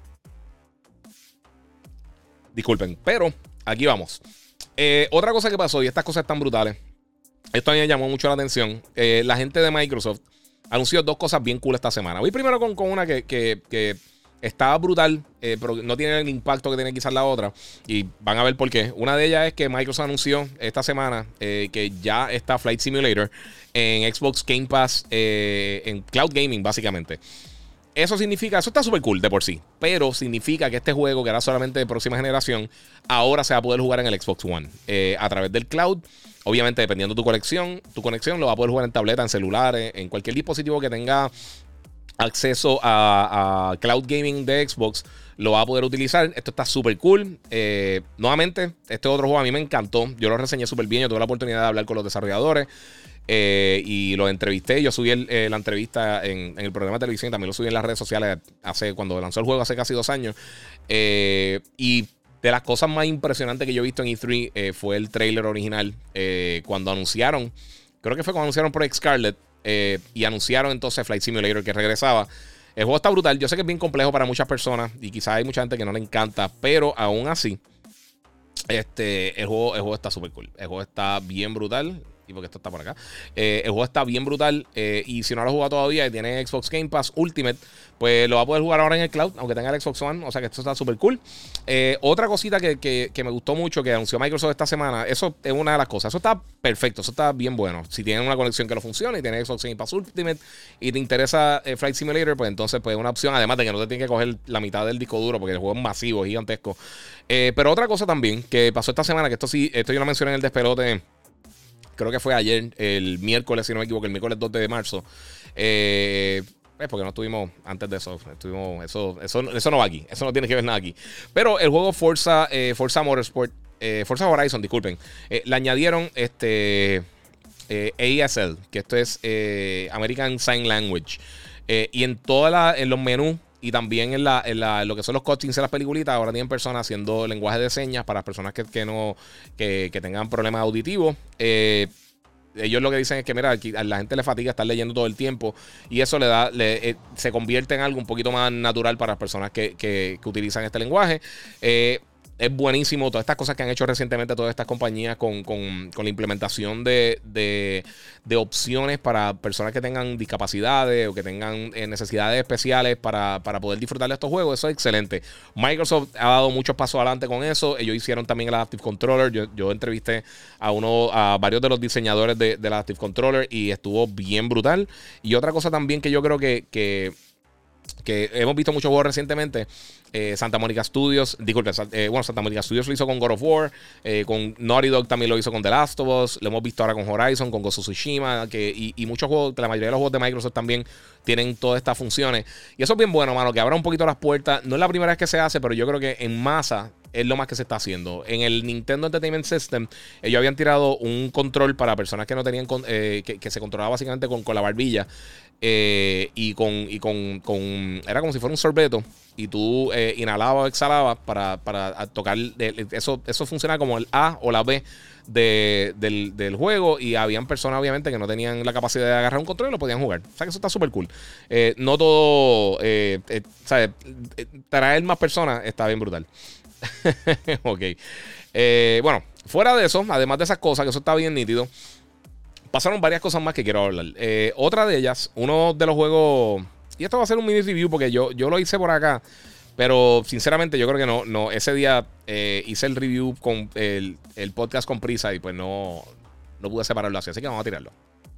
Disculpen, pero aquí vamos. Eh, otra cosa que pasó, y estas cosas están brutales, esto a mí me llamó mucho la atención, eh, la gente de Microsoft anunció dos cosas bien cool esta semana. Voy primero con, con una que... que, que estaba brutal, eh, pero no tiene el impacto que tiene quizás la otra. Y van a ver por qué. Una de ellas es que Microsoft anunció esta semana eh, que ya está Flight Simulator en Xbox Game Pass, eh, en Cloud Gaming, básicamente. Eso significa, eso está súper cool de por sí, pero significa que este juego, que era solamente de próxima generación, ahora se va a poder jugar en el Xbox One eh, a través del cloud. Obviamente, dependiendo de tu conexión, tu conexión lo va a poder jugar en tableta, en celulares, en cualquier dispositivo que tenga acceso a, a cloud gaming de Xbox, lo va a poder utilizar. Esto está súper cool. Eh, nuevamente, este otro juego a mí me encantó. Yo lo reseñé súper bien. Yo tuve la oportunidad de hablar con los desarrolladores eh, y los entrevisté. Yo subí el, eh, la entrevista en, en el programa de televisión y también lo subí en las redes sociales hace, cuando lanzó el juego hace casi dos años. Eh, y de las cosas más impresionantes que yo he visto en E tres eh, fue el trailer original. Eh, cuando anunciaron, creo que fue cuando anunciaron Project Scarlet. Eh, y anunciaron entonces Flight Simulator que regresaba. El juego está brutal. Yo sé que es bien complejo para muchas personas y quizás hay mucha gente que no le encanta, pero aún así este, el, juego, el juego está súper cool. El juego está bien brutal. Y porque esto está por acá. Eh, el juego está bien brutal. Eh, y si no lo has jugado todavía y tiene Xbox Game Pass Ultimate, pues lo va a poder jugar ahora en el cloud, aunque tenga el Xbox One. O sea que esto está súper cool. Eh, otra cosita que, que, que me gustó mucho, que anunció Microsoft esta semana, eso es una de las cosas. Eso está perfecto, eso está bien bueno. Si tienen una conexión que no funcione y tienen Xbox Game Pass Ultimate y te interesa eh, Flight Simulator, pues entonces pues es una opción. Además de que no te tienes que coger la mitad del disco duro, porque el juego es masivo, es gigantesco. Eh, pero otra cosa también que pasó esta semana, que esto sí, esto yo lo mencioné en el despelote. Creo que fue ayer, el miércoles, si no me equivoco, el miércoles dos de marzo. Eh, pues porque no estuvimos antes de eso. Estuvimos, eso, eso, eso no va aquí. Eso no tiene que ver nada aquí. Pero el juego Forza, eh, Forza Motorsport, eh, Forza Horizon, disculpen, eh, le añadieron este eh, A S L, que esto es eh, American Sign Language. Eh, y en toda la, en los menús y también en, la, en, la, en lo que son los cutscenes de las peliculitas, ahora tienen personas haciendo lenguaje de señas para las personas que, que no que, que tengan problemas auditivos. Eh, ellos lo que dicen es que, mira, aquí a la gente le fatiga estar leyendo todo el tiempo y eso le da le, eh, se convierte en algo un poquito más natural para las personas que, que, que utilizan este lenguaje. Eh, Es buenísimo todas estas cosas que han hecho recientemente todas estas compañías con, con, con la implementación de, de, de opciones para personas que tengan discapacidades o que tengan eh, necesidades especiales para, para poder disfrutar de estos juegos. Eso es excelente. Microsoft ha dado muchos pasos adelante con eso. Ellos hicieron también el Adaptive Controller. Yo, yo entrevisté a uno, a varios de los diseñadores de, del Adaptive Controller y estuvo bien brutal. Y otra cosa también que yo creo que, que que hemos visto muchos juegos recientemente. eh, Santa Monica Studios, disculpe, eh, bueno, Santa Monica Studios lo hizo con God of War, eh, con Naughty Dog también lo hizo con The Last of Us, lo hemos visto ahora con Horizon, con Ghost of Tsushima, que, y, y muchos juegos, la mayoría de los juegos de Microsoft también tienen todas estas funciones. Y eso es bien bueno, mano, que abra un poquito las puertas. No es la primera vez que se hace, pero yo creo que en masa es lo más que se está haciendo. En el Nintendo Entertainment System, ellos habían tirado un control para personas que no tenían, eh, que, que se controlaba básicamente con, con la barbilla. Eh, y con, y con, con era como si fuera un sorbeto y tú eh, inhalabas o exhalabas para, para tocar de, eso, eso funciona como el A o la B de, del, del juego y habían personas obviamente que no tenían la capacidad de agarrar un control y lo podían jugar. O sea que eso está súper cool. Eh, no todo eh, eh, ¿sabes? Traer más personas está bien brutal. Ok, eh, bueno, fuera de eso, además de esas cosas, que eso está bien nítido, pasaron varias cosas más que quiero hablar. Eh, otra de ellas, uno de los juegos, y esto va a ser un mini review porque yo, yo lo hice por acá, pero sinceramente yo creo que no, no ese día eh, hice el review con el, el podcast con prisa y pues no, no pude separarlo así, así que vamos a tirarlo.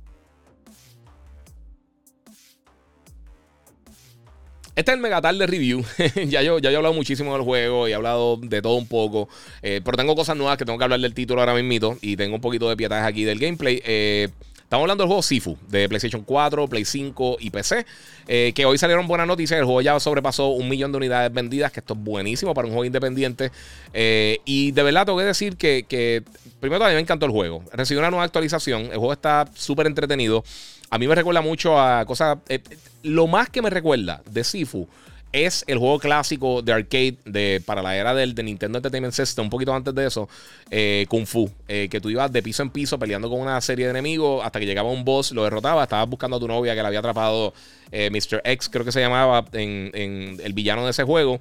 Este es el Megatal de review. ya, yo, ya yo he hablado muchísimo del juego y he hablado de todo un poco. Eh, pero tengo cosas nuevas que tengo que hablar del título ahora mismito. Y tengo un poquito de pietaje aquí del gameplay. Eh, estamos hablando del juego Sifu de PlayStation cuatro, Play cinco y P C. Eh, que hoy salieron buenas noticias. El juego ya sobrepasó un millón de unidades vendidas. Que esto es buenísimo para un juego independiente. Eh, y de verdad tengo que decir que, que primero a mí me encantó el juego. Recibió una nueva actualización. El juego está súper entretenido. A mí me recuerda mucho a cosas... Eh, lo más que me recuerda de Sifu es el juego clásico de arcade de, para la era del de Nintendo Entertainment System, un poquito antes de eso, eh, Kung Fu, eh, que tú ibas de piso en piso peleando con una serie de enemigos hasta que llegaba un boss, lo derrotaba, estabas buscando a tu novia que la había atrapado, eh, mister X creo que se llamaba, en, en el villano de ese juego.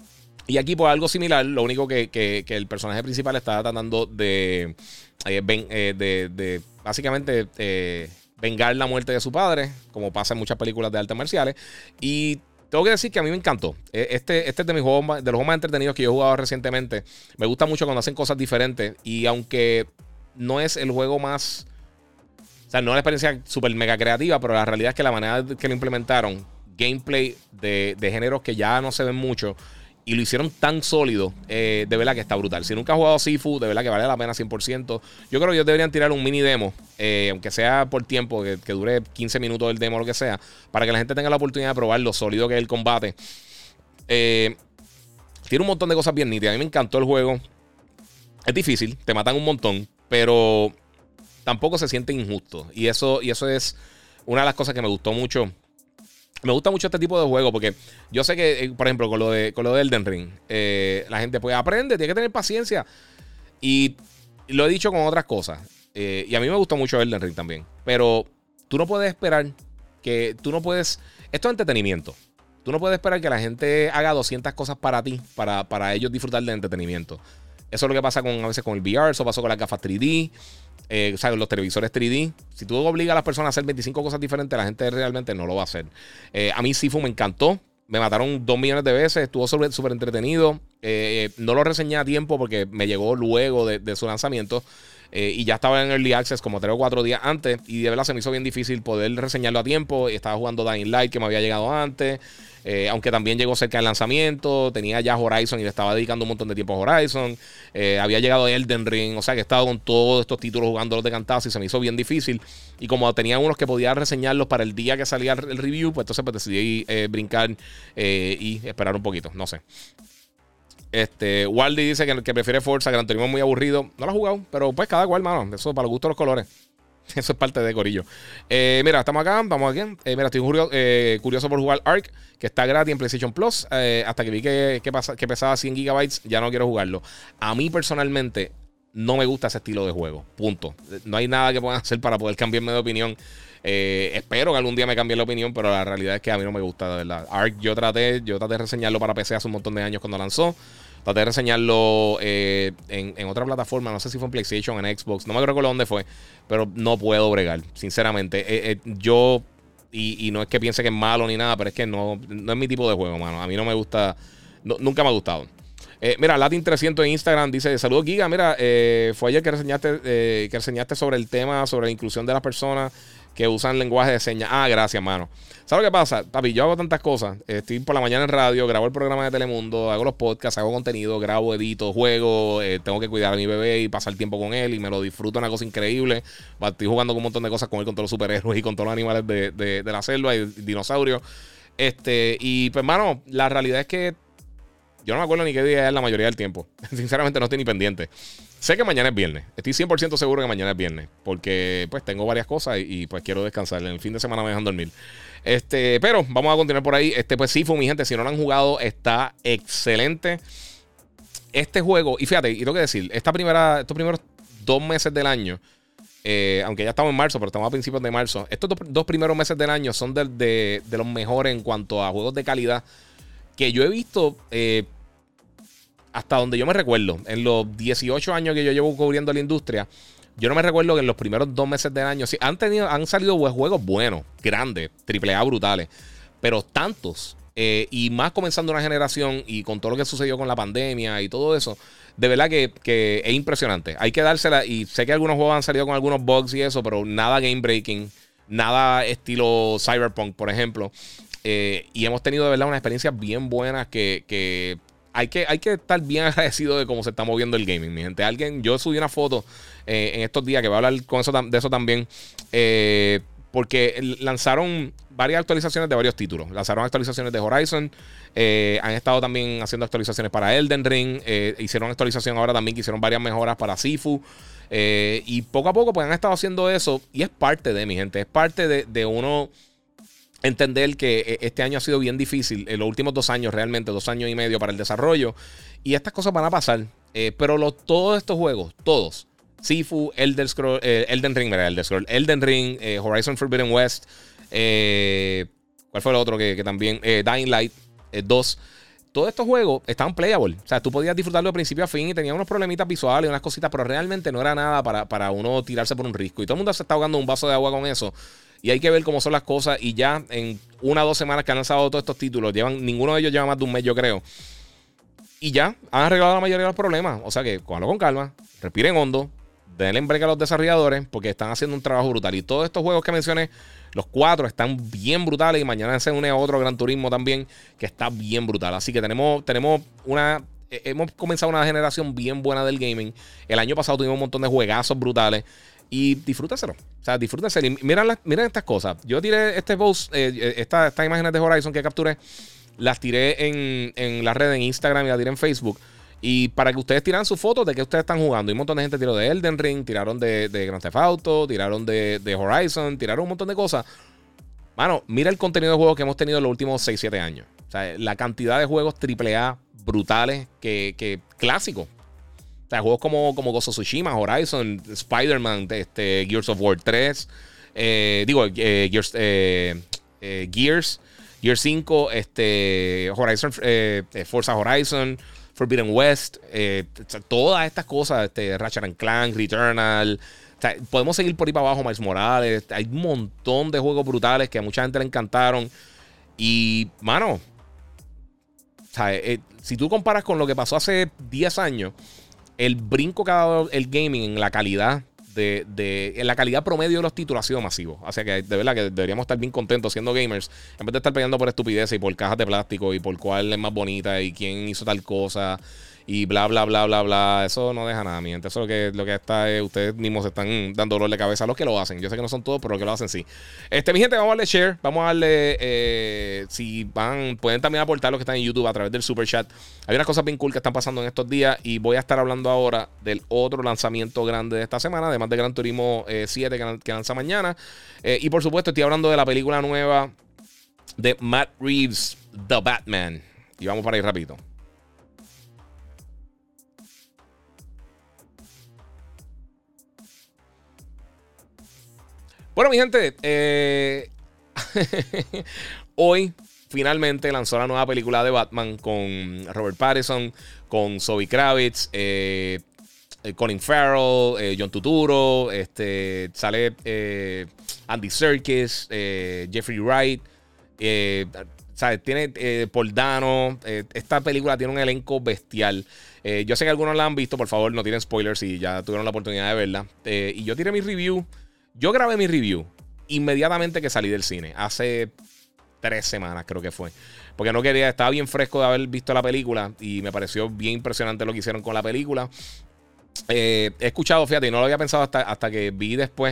Y aquí pues algo similar, lo único que, que, que el personaje principal está tratando de, eh, ven, eh, de, de básicamente eh, vengar la muerte de su padre, como pasa en muchas películas de artes marciales. Y tengo que decir que a mí me encantó. Este, este es de mis juegos más, de los juegos más entretenidos que yo he jugado recientemente. Me gusta mucho cuando hacen cosas diferentes. Y aunque no es el juego más... O sea, no es una experiencia súper mega creativa, pero la realidad es que la manera que lo implementaron, gameplay de, de géneros que ya no se ven mucho, y lo hicieron tan sólido, eh, de verdad que está brutal. Si nunca has jugado Sifu, de verdad que vale la pena cien por ciento. Yo creo que ellos deberían tirar un mini demo, eh, aunque sea por tiempo, que, que dure quince minutos el demo o lo que sea, para que la gente tenga la oportunidad de probar lo sólido que es el combate. Eh, tiene un montón de cosas bien nítidas. A mí me encantó el juego. Es difícil, te matan un montón, pero tampoco se siente injusto. Y eso, y eso es una de las cosas que me gustó mucho. Me gusta mucho este tipo de juego porque yo sé que, eh, por ejemplo, con lo de, con lo de Elden Ring, eh, la gente pues aprende, tiene que tener paciencia. Y lo he dicho con otras cosas. Eh, y a mí me gustó mucho Elden Ring también. Pero tú no puedes esperar que... Tú no puedes... Esto es entretenimiento. Tú no puedes esperar que la gente haga doscientas cosas para ti, para, para ellos disfrutar del entretenimiento. Eso es lo que pasa con, a veces con el V R, eso pasó con las gafas tres D, eh, o sea, los televisores tres D. Si tú obligas a las personas a hacer veinticinco cosas diferentes, la gente realmente no lo va a hacer. Eh, a mí Sifu me encantó. Me mataron dos millones de veces. Estuvo súper entretenido. Eh, no lo reseñé a tiempo porque me llegó luego de, de su lanzamiento. Eh, y ya estaba en Early Access como tres o cuatro días antes. Y de verdad se me hizo bien difícil poder reseñarlo a tiempo. Estaba jugando Dying Light, que me había llegado antes. Eh, aunque también llegó cerca del lanzamiento. Tenía ya Horizon y le estaba dedicando un montón de tiempo a Horizon. Eh, había llegado Elden Ring. O sea que he estado con todos estos títulos jugándolos de cantazo y se me hizo bien difícil. Y como tenía unos que podía reseñarlos para el día que salía el review, pues entonces pues decidí eh, brincar eh, y esperar un poquito. No sé. Este, Waldy dice que, que prefiere Forza, Gran Turismo es muy aburrido. No lo ha jugado, pero pues cada cual, mano. Eso para los gustos de los colores. Eso es parte de Corillo. Eh, mira, estamos acá, vamos aquí. Eh, mira, estoy curioso, eh, curioso por jugar Ark, que está gratis en PlayStation Plus. Eh, hasta que vi que, que, pasa, que pesaba cien gigabytes, ya no quiero jugarlo. A mí personalmente no me gusta ese estilo de juego. Punto. No hay nada que puedan hacer para poder cambiarme de opinión. Eh, espero que algún día me cambie la opinión, pero la realidad es que a mí no me gusta, de verdad. Ark, yo traté, yo traté de reseñarlo para P C hace un montón de años cuando lanzó. Traté de reseñarlo eh, en, en otra plataforma. No sé si fue en PlayStation, en Xbox. No me recuerdo dónde fue. Pero no puedo bregar, sinceramente. Eh, eh, yo, y, y no es que piense que es malo ni nada, pero es que no, no es mi tipo de juego, mano. A mí no me gusta. No, nunca me ha gustado. Eh, mira, Latin trescientos en Instagram dice: saludos, Giga. Mira, eh, fue ayer que reseñaste, eh, que reseñaste sobre el tema, sobre la inclusión de las personas que usan lenguaje de señas. Ah, gracias, mano. ¿Sabes lo que pasa? Papi, yo hago tantas cosas. Estoy por la mañana en radio, grabo el programa de Telemundo, hago los podcasts, hago contenido, grabo, edito, juego. Eh, tengo que cuidar a mi bebé y pasar tiempo con él y me lo disfruto, una cosa increíble. Estoy jugando con un montón de cosas con él, con todos los superhéroes y con todos los animales de, de, de la selva y dinosaurios. Este, y pues, mano, la realidad es que yo no me acuerdo ni qué día es la mayoría del tiempo. Sinceramente no estoy ni pendiente. Sé que mañana es viernes. Estoy cien por ciento seguro que mañana es viernes. Porque pues tengo varias cosas y, y pues quiero descansar. En el fin de semana me dejan dormir. Este, pero vamos a continuar por ahí. Este, pues Sifu, mi gente, si no lo han jugado, está excelente. Este juego, y fíjate, y tengo que decir, esta primera, estos primeros dos meses del año, eh, aunque ya estamos en marzo, pero estamos a principios de marzo, estos dos, dos primeros meses del año son de, de, de los mejores en cuanto a juegos de calidad que yo he visto. Eh, Hasta donde yo me recuerdo, en los dieciocho años que yo llevo cubriendo la industria, yo no me recuerdo que en los primeros dos meses del año sí, han, tenido, han salido juegos buenos, grandes, triple A brutales, pero tantos, eh, y más comenzando una generación y con todo lo que sucedió con la pandemia y todo eso, de verdad que, que es impresionante. Hay que dársela, y sé que algunos juegos han salido con algunos bugs y eso, pero nada game breaking, nada estilo Cyberpunk, por ejemplo, eh, y hemos tenido de verdad unas experiencias bien buenas que... que Hay que, hay que estar bien agradecido de cómo se está moviendo el gaming, mi gente. Alguien, yo subí una foto eh, en estos días que voy a hablar con eso, de eso también. Eh, porque lanzaron varias actualizaciones de varios títulos. Lanzaron actualizaciones de Horizon. Eh, han estado también haciendo actualizaciones para Elden Ring. Eh, hicieron actualización ahora también que hicieron varias mejoras para Sifu. Eh, y poco a poco pues han estado haciendo eso. Y es parte de, mi gente. Es parte de, de uno entender que eh, este año ha sido bien difícil, en los últimos dos años realmente, dos años y medio para el desarrollo, y estas cosas van a pasar. Eh, pero lo, todos estos juegos, todos, Sifu, Elder Scroll, eh, Elden Ring, mira, Elder Scroll, Elden Ring, eh, Horizon Forbidden West, eh, ¿cuál fue el otro que, que también? Eh, Dying Light eh, dos. Todos estos juegos estaban playable. O sea, tú podías disfrutarlo de principio a fin y tenía unos problemitas visuales y unas cositas, pero realmente no era nada para, para uno tirarse por un risco. Y todo el mundo se está ahogando un vaso de agua con eso. Y hay que ver cómo son las cosas. Y ya en una o dos semanas que han lanzado todos estos títulos, llevan, ninguno de ellos lleva más de un mes, yo creo. Y ya han arreglado la mayoría de los problemas. O sea que cójanlo con calma, respiren hondo, denle en break a los desarrolladores porque están haciendo un trabajo brutal. Y todos estos juegos que mencioné, los cuatro están bien brutales. Y mañana se une a otro Gran Turismo también, que está bien brutal. Así que tenemos, tenemos una... Eh, hemos comenzado una generación bien buena del gaming. El año pasado tuvimos un montón de juegazos brutales. Y disfrúteselo. O sea, disfrúteselo. Y miren, las, miren estas cosas. Yo tiré este post, eh, esta, estas imágenes de Horizon que capturé. Las tiré en, en la red, en Instagram y las tiré en Facebook. Y para que ustedes tiran sus fotos de que ustedes están jugando. Y un montón de gente tiró de Elden Ring, tiraron de, de Grand Theft Auto, tiraron de, de Horizon, tiraron un montón de cosas. Mano, mira el contenido de juegos que hemos tenido en los últimos seis siete años. O sea, la cantidad de juegos triple A brutales que, que clásicos. O sea, juegos como, como Ghost of Tsushima, Horizon, Spider-Man, este, Gears of War tres. Eh, digo, eh, Gears, eh, eh, Gears, Gears cinco, este, Horizon, eh, Forza Horizon, Forbidden West, eh, todas estas cosas, este, Ratchet and Clank, Returnal. O sea, podemos seguir por ahí para abajo, Miles Morales. Hay un montón de juegos brutales que a mucha gente le encantaron. Y, mano, o sea, eh, si tú comparas con lo que pasó hace diez años, el brinco que ha dado el gaming en la calidad de, de en la calidad promedio de los títulos ha sido masivo. O sea que de verdad que deberíamos estar bien contentos siendo gamers en vez de estar peleando por estupideces y por cajas de plástico y por cuál es más bonita y quién hizo tal cosa y bla bla bla bla bla. Eso no deja nada, mi gente. Eso es lo que, lo que está es, ustedes mismos se están dando dolor de cabeza a los que lo hacen. Yo sé que no son todos, pero los que lo hacen sí. Este, mi gente, vamos a darle share, vamos a darle eh, si van, pueden también aportar los que están en YouTube a través del super chat. Hay unas cosas bien cool que están pasando en estos días y voy a estar hablando ahora del otro lanzamiento grande de esta semana, además de Gran Turismo eh, siete que, que lanza mañana. Eh, y por supuesto estoy hablando de la película nueva de Matt Reeves, The Batman. Y vamos para ahí rapidito. Bueno, mi gente, eh, hoy finalmente lanzó la nueva película de Batman con Robert Pattinson, con Zoe Kravitz, eh, Colin Farrell, eh, John Turturro, este, sale eh, Andy Serkis, eh, Jeffrey Wright, eh, ¿sabes? Tiene eh, Paul Dano. Eh, esta película tiene un elenco bestial. Eh, yo sé que algunos la han visto, por favor, no tiren spoilers si ya tuvieron la oportunidad de verla. Eh, y yo tiré mi review. Yo grabé mi review inmediatamente que salí del cine. Hace tres semanas creo que fue. Porque no quería, estaba bien fresco de haber visto la película. Y me pareció bien impresionante lo que hicieron con la película. Eh, he escuchado, fíjate, y no lo había pensado hasta, hasta que vi después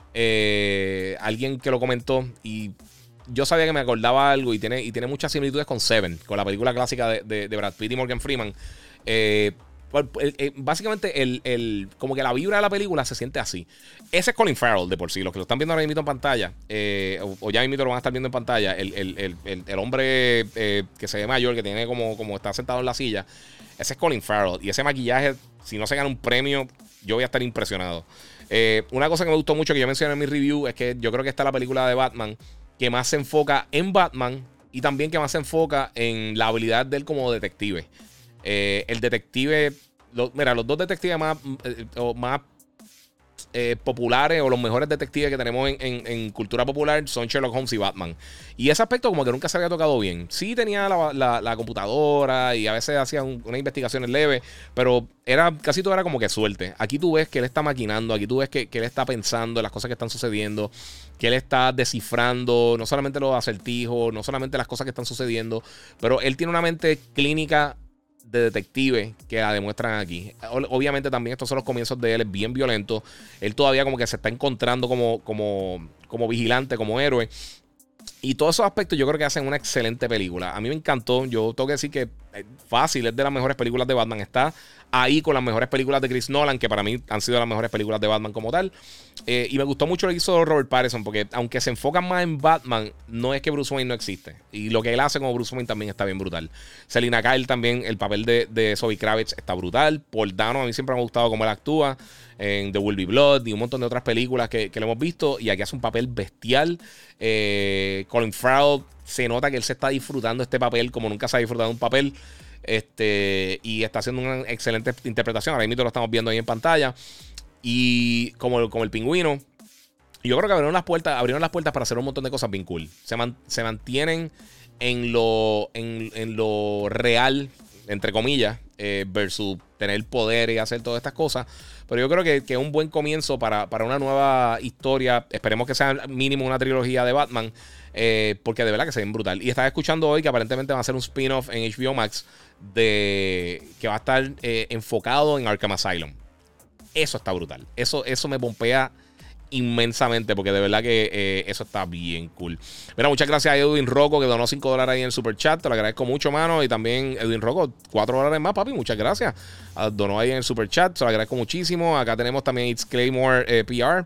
eh, alguien que lo comentó. Y yo sabía que me acordaba algo. Y tiene, y tiene muchas similitudes con Seven, con la película clásica de, de, de Brad Pitt y Morgan Freeman. Eh... Básicamente el, el, como que la vibra de la película se siente así. Ese es Colin Farrell de por sí. Los que lo están viendo ahora mismo en pantalla, eh, o, o ya mismo lo van a estar viendo en pantalla, el, el, el, el, el hombre eh, que se ve mayor, que tiene como, como está sentado en la silla, ese es Colin Farrell. Y ese maquillaje, si no se gana un premio, yo voy a estar impresionado. Eh, una cosa que me gustó mucho, que yo mencioné en mi review, es que yo creo que esta es la película de Batman que más se enfoca en Batman y también que más se enfoca en la habilidad de él como detective. Eh, el detective, lo, mira, los dos detectives más, eh, más eh, populares o los mejores detectives que tenemos en, en, en cultura popular son Sherlock Holmes y Batman. Y ese aspecto como que nunca se había tocado bien. Sí tenía la, la, la computadora y a veces hacía un, unas investigaciones leves, pero era, casi todo era como que suerte. Aquí tú ves que él está maquinando, aquí tú ves que, que él está pensando en las cosas que están sucediendo, que él está descifrando no solamente los acertijos, no solamente las cosas que están sucediendo, pero él tiene una mente clínica de detective que la demuestran aquí. Obviamente también estos son los comienzos de él, es bien violento. Él todavía como que se está encontrando como, como, como vigilante, como héroe. Y todos esos aspectos yo creo que hacen una excelente película. A mí me encantó. Yo tengo que decir que fácil, es de las mejores películas de Batman. Está ahí con las mejores películas de Chris Nolan, que para mí han sido las mejores películas de Batman como tal. Eh, y me gustó mucho lo que hizo Robert Pattinson, porque aunque se enfocan más en Batman, no es que Bruce Wayne no existe. Y lo que él hace como Bruce Wayne también está bien brutal. Selina Kyle también, el papel de, de Zoe Kravitz está brutal. Paul Dano, a mí siempre me ha gustado cómo él actúa en The Will Be Blood y un montón de otras películas que, que lo hemos visto. Y aquí hace un papel bestial. Eh, Colin Farrell, se nota que él se está disfrutando este papel como nunca se ha disfrutado un papel. Este, y está haciendo una excelente interpretación. Ahora mismo lo estamos viendo ahí en pantalla. Y como, como el pingüino, yo creo que abrieron las puertas, abrieron las puertas para hacer un montón de cosas bien cool. Se, man, se mantienen en lo, en, en lo real, entre comillas, eh, versus tener poder y hacer todas estas cosas. Pero yo creo que, que es un buen comienzo para, para una nueva historia. Esperemos que sea mínimo una trilogía de Batman. Eh, porque de verdad que se ven brutal. Y estaba escuchando hoy que aparentemente va a ser un spin-off en H B O Max de que va a estar eh, enfocado en Arkham Asylum. Eso está brutal. Eso, eso me pompea inmensamente, porque de verdad que eh, eso está bien cool. Mira, muchas gracias a Edwin Rocco, que donó cinco dólares ahí en el super chat. Te lo agradezco mucho, mano. Y también Edwin Rocco, cuatro dólares más, papi. Muchas gracias. Uh, donó ahí en el super chat. Se lo agradezco muchísimo. Acá tenemos también It's Claymore eh, P R.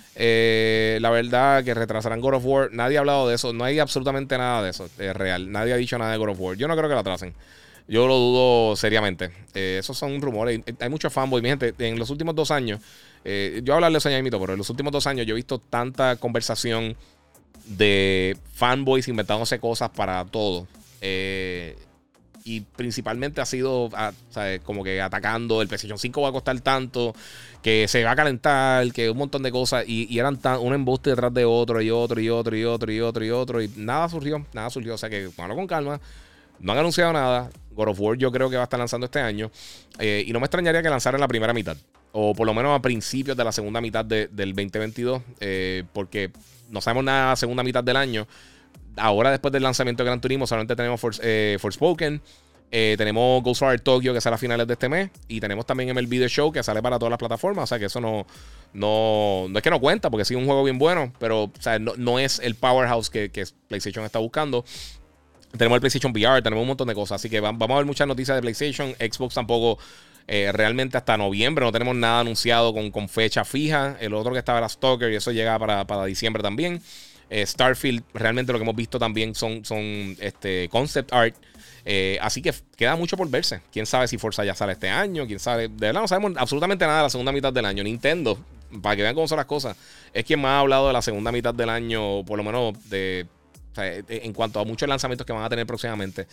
Eh, la verdad que retrasarán God of War. Nadie ha hablado de eso. No hay absolutamente nada de eso. Es real. Nadie ha dicho nada de God of War. Yo no creo que lo atrasen. Yo lo dudo seriamente. Eh, esos son rumores. Hay muchos fanboys. Mi gente, en los últimos dos años, eh, yo hablarle de año pero en los últimos dos años yo he visto tanta conversación de fanboys inventándose cosas para todo. Eh, y principalmente ha sido a, ¿sabes? Como que atacando. El PlayStation cinco va a costar tanto, que se va a calentar, que un montón de cosas. Y, y eran tan, un embuste detrás de otro, y otro, y otro, y otro, y otro, y otro. Y nada surgió. Nada surgió. O sea que, bueno, con calma. No han anunciado nada. God of War yo creo que va a estar lanzando este año. Eh, y no me extrañaría que lanzaran la primera mitad. O por lo menos a principios de la segunda mitad de, del veinte veintidós. Eh, porque no sabemos nada de la segunda mitad del año. Ahora, después del lanzamiento de Gran Turismo, solamente tenemos For, eh, Forspoken. Eh, tenemos Ghostwire Tokyo, que sale a finales de este mes. Y tenemos también M L B The Show, que sale para todas las plataformas. O sea que eso no, no, no es que no cuenta, porque sí es un juego bien bueno. Pero o sea, no, no es el powerhouse que, que PlayStation está buscando. Tenemos el PlayStation V R, tenemos un montón de cosas. Así que vamos a ver muchas noticias de PlayStation. Xbox tampoco, eh, realmente hasta noviembre no tenemos nada anunciado con, con fecha fija. El otro que estaba era Stalker y eso llega para, para diciembre también. Eh, Starfield, realmente lo que hemos visto también son, son este, concept art. Eh, así que queda mucho por verse. Quién sabe si Forza ya sale este año. Quién sabe. De verdad no sabemos absolutamente nada de la segunda mitad del año. Nintendo, para que vean cómo son las cosas, es quien más ha hablado de la segunda mitad del año, por lo menos de... O sea, en cuanto a muchos lanzamientos que van a tener próximamente.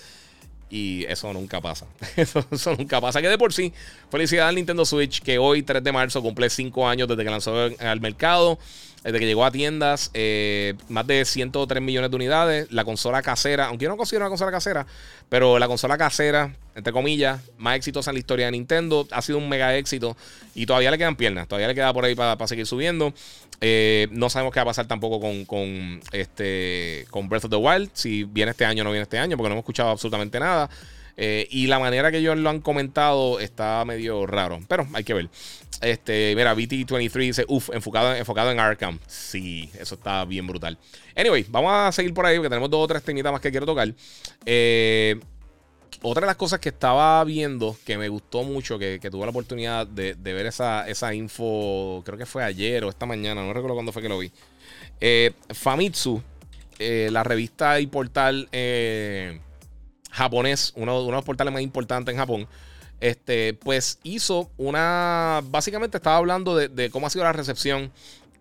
Y eso nunca pasa. Eso, eso nunca pasa. Que de por sí, felicidad al Nintendo Switch, que hoy, tres de marzo, cumple cinco años desde que lanzó al mercado. Desde que llegó a tiendas. Eh, más de ciento tres millones de unidades. La consola casera, aunque yo no considero una consola casera, pero la consola casera, entre comillas, más exitosa en la historia de Nintendo. Ha sido un mega éxito. Y todavía le quedan piernas. Todavía le queda por ahí para seguir subiendo. Eh, no sabemos qué va a pasar tampoco con, con, este, con Breath of the Wild. Si viene este año o no viene este año, porque no hemos escuchado absolutamente nada. Eh, y la manera que ellos lo han comentado está medio raro. Pero hay que ver. Este, mira, B T veintitrés dice, uff, enfocado, enfocado en Arkham. Sí, eso está bien brutal. Anyway, vamos a seguir por ahí porque tenemos dos o tres temitas más que quiero tocar. Eh... Otra de las cosas que estaba viendo que me gustó mucho, que, que tuve la oportunidad de, de ver esa, esa info, creo que fue ayer o esta mañana, no recuerdo cuándo fue que lo vi. Eh, Famitsu, eh, la revista y portal eh, japonés, uno, uno de los portales más importantes en Japón, este, pues hizo una... Básicamente estaba hablando de, de cómo ha sido la recepción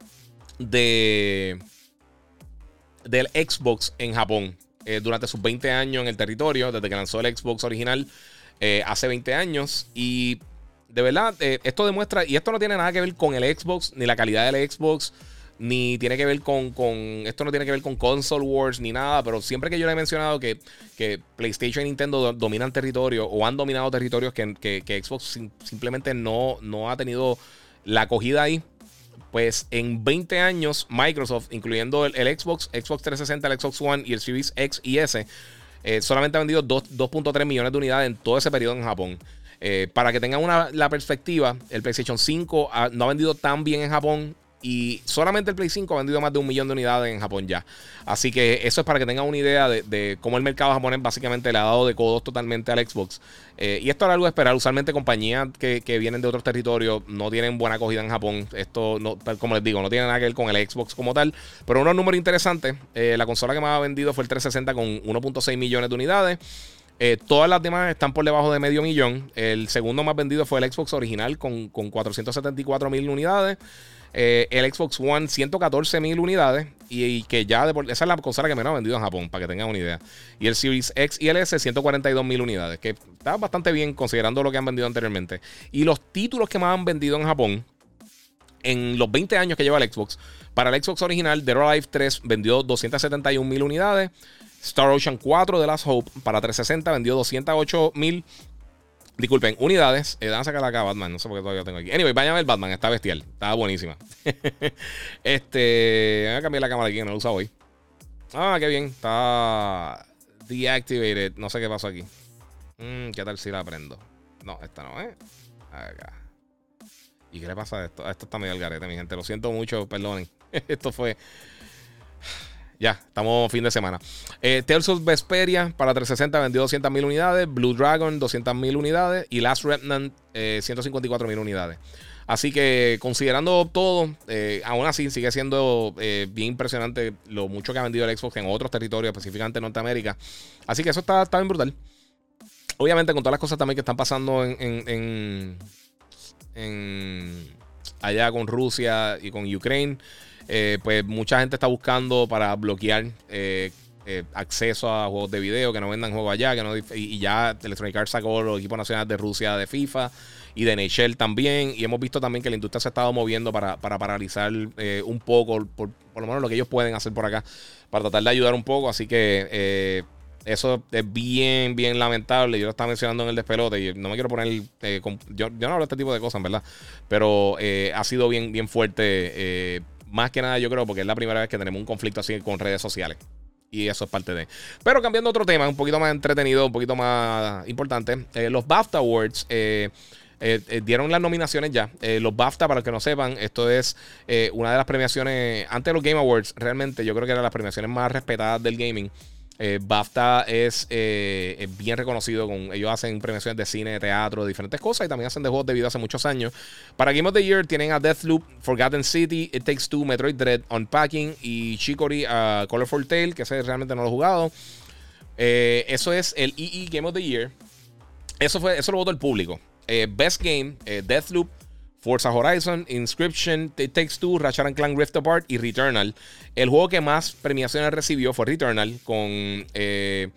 de del Xbox en Japón. Eh, durante sus veinte años en el territorio, desde que lanzó el Xbox original eh, hace veinte años. Y de verdad, eh, esto demuestra, y esto no tiene nada que ver con el Xbox, ni la calidad del Xbox, ni tiene que ver con, con esto no tiene que ver con Console Wars, ni nada, pero siempre que yo le he mencionado que, que PlayStation y Nintendo dominan territorio, o han dominado territorios que, que, que Xbox sim, simplemente no, no ha tenido la acogida ahí. Pues en veinte años, Microsoft, incluyendo el, el Xbox, Xbox trescientos sesenta, el Xbox One y el Series X y S, eh, solamente ha vendido dos punto tres millones de unidades en todo ese periodo en Japón. Eh, para que tengan una, la perspectiva, el PlayStation cinco ha, no ha vendido tan bien en Japón Y solamente el Play cinco ha vendido más de un millón de unidades en Japón ya. Así que eso es para que tengan una idea de, de cómo el mercado japonés básicamente le ha dado de codos totalmente al Xbox. Eh, y esto era algo de esperar. Usualmente compañías que, que vienen de otros territorios no tienen buena acogida en Japón. Esto, no, como les digo, no tiene nada que ver con el Xbox como tal. Pero unos números interesantes. Eh, la consola que más ha vendido fue el trescientos sesenta con uno punto seis millones de unidades. Eh, todas las demás están por debajo de medio millón. El segundo más vendido fue el Xbox original con, con cuatrocientos setenta y cuatro mil unidades. Eh, el Xbox One, ciento catorce mil unidades. Y, y que ya, de por, esa es la consola que menos ha vendido en Japón, para que tengan una idea. Y el Series X y el S, ciento cuarenta y dos mil unidades, que está bastante bien considerando lo que han vendido anteriormente. Y los títulos que más han vendido en Japón, en los veinte años que lleva el Xbox, para el Xbox original, Dead or Alive tres vendió doscientos setenta y un mil unidades. Star Ocean cuatro de Last Hope para trescientos sesenta vendió doscientos ocho mil. Disculpen, unidades. Eh, Déjame sacar acá Batman. No sé por qué todavía lo tengo aquí. Anyway, vayan a ver Batman. Está bestial. Está buenísima. este. Voy a cambiar la cámara aquí, que no la usa hoy. Ah, qué bien. Está deactivated. No sé qué pasó aquí. Mm, ¿Qué tal si la prendo? No, esta no, ¿eh? Acá. ¿Y qué le pasa a esto? Esto está medio al garete, mi gente. Lo siento mucho, perdonen. Esto fue. Ya, estamos fin de semana. Eh, Tales of Vesperia para trescientos sesenta vendió doscientas mil unidades. Blue Dragon, doscientas mil unidades. Y Last Remnant, eh, ciento cincuenta y cuatro mil unidades. Así que, considerando todo, eh, aún así sigue siendo eh, bien impresionante lo mucho que ha vendido el Xbox en otros territorios, específicamente en Norteamérica. Así que eso está, está bien brutal. Obviamente, con todas las cosas también que están pasando en, en, en, en allá con Rusia y con Ucrania. Eh, pues mucha gente está buscando para bloquear eh, eh, acceso a juegos de video, que no vendan juegos allá, que no, y, y ya Electronic Arts sacó los equipos nacionales de Rusia de FIFA y de N H L también, y hemos visto también que la industria se ha estado moviendo para, para paralizar eh, un poco, por, por lo menos lo que ellos pueden hacer por acá, para tratar de ayudar un poco, así que eh, eso es bien, bien lamentable. Yo lo estaba mencionando en el despelote y no me quiero poner eh, con, yo, yo no hablo de este tipo de cosas, en verdad, pero eh, ha sido bien, bien fuerte. eh, Más que nada yo creo porque es la primera vez que tenemos un conflicto así con redes sociales. Y eso es parte de... Pero cambiando a otro tema, un poquito más entretenido, un poquito más importante. Eh, los BAFTA Awards eh, eh, eh, dieron las nominaciones ya. Eh, los BAFTA, para los que no sepan, esto es eh, una de las premiaciones... Antes de los Game Awards, realmente yo creo que eran las premiaciones más respetadas del gaming. Eh, BAFTA es, eh, es bien reconocido. Con, ellos hacen premiaciones de cine, de teatro, de diferentes cosas. Y también hacen de juegos de video hace muchos años. Para Game of the Year tienen a Deathloop, Forgotten City, It Takes Two, Metroid Dread, Unpacking y Chicory, uh, Colorful Tale, que ese realmente no lo he jugado. Eh, eso es el E E Game of the Year. Eso, fue, eso lo votó el público. Eh, Best Game, eh, Deathloop, Forza Horizon, Inscription, It Takes Two, Ratchet and Clank Rift Apart y Returnal. El juego que más premiaciones recibió fue Returnal con... Eh,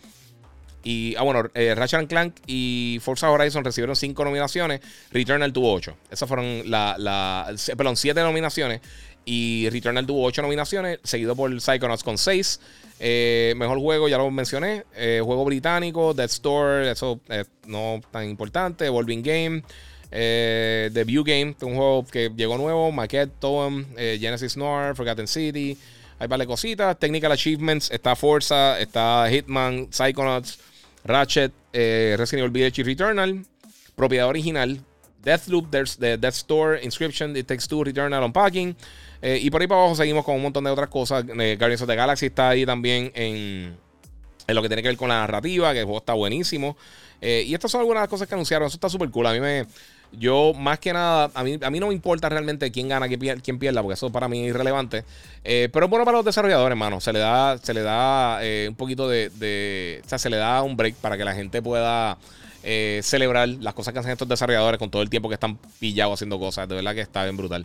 y, ah, bueno, eh, Ratchet and Clank y Forza Horizon recibieron cinco nominaciones. Returnal tuvo ocho. Esas fueron la... la perdón, siete nominaciones. Y Returnal tuvo ocho nominaciones, seguido por Psychonauts con seis. Eh, mejor juego, ya lo mencioné. Eh, juego británico, Dead Store, eso eh, no tan importante. Evolving Game. Eh, The View Game, un juego que llegó nuevo. Maquette, Toem, eh, Genesis Noir, Forgotten City. Hay varias cositas. Technical Achievements, está Forza, está Hitman, Psychonauts, Ratchet, eh, Resident Evil Village y Returnal. Propiedad original, Deathloop, there's the Death Store, Inscription, It Takes Two, Returnal, Unpacking. Eh, y por ahí para abajo seguimos con un montón de otras cosas. Eh, Guardians of the Galaxy está ahí también en, en lo que tiene que ver con la narrativa, que el juego está buenísimo. Eh, y estas son algunas cosas que anunciaron. Eso está súper cool. A mí me... Yo, más que nada, a mí, a mí no me importa realmente quién gana, quién, pier quién pierda, porque eso para mí es irrelevante. Eh, pero es bueno para los desarrolladores, hermano. Se le da, se le da eh, un poquito de, de... O sea, se le da un break para que la gente pueda eh, celebrar las cosas que hacen estos desarrolladores con todo el tiempo que están pillados haciendo cosas. De verdad que está bien brutal.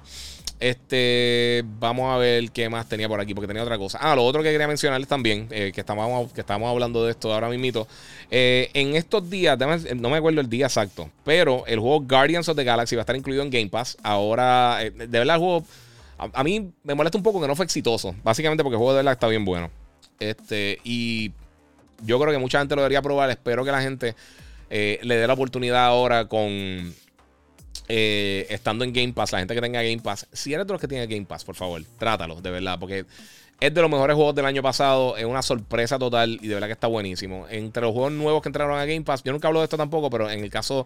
Este, vamos a ver qué más tenía por aquí, porque tenía otra cosa. Ah, lo otro que quería mencionarles también, eh, que estábamos que estábamos hablando de esto ahora mismito. Eh, en estos días, no me acuerdo el día exacto, pero el juego Guardians of the Galaxy va a estar incluido en Game Pass. Ahora, eh, de verdad el juego, a, a mí me molesta un poco que no fue exitoso, básicamente porque el juego de verdad está bien bueno. Este, y yo creo que mucha gente lo debería probar. Espero que la gente eh, le dé la oportunidad ahora con... Eh, estando en Game Pass, la gente que tenga Game Pass, si eres de los que tiene Game Pass, por favor, trátalo, de verdad, porque es de los mejores juegos del año pasado, es una sorpresa total y de verdad que está buenísimo. Entre los juegos nuevos que entraron a Game Pass, yo nunca hablo de esto tampoco, pero en el caso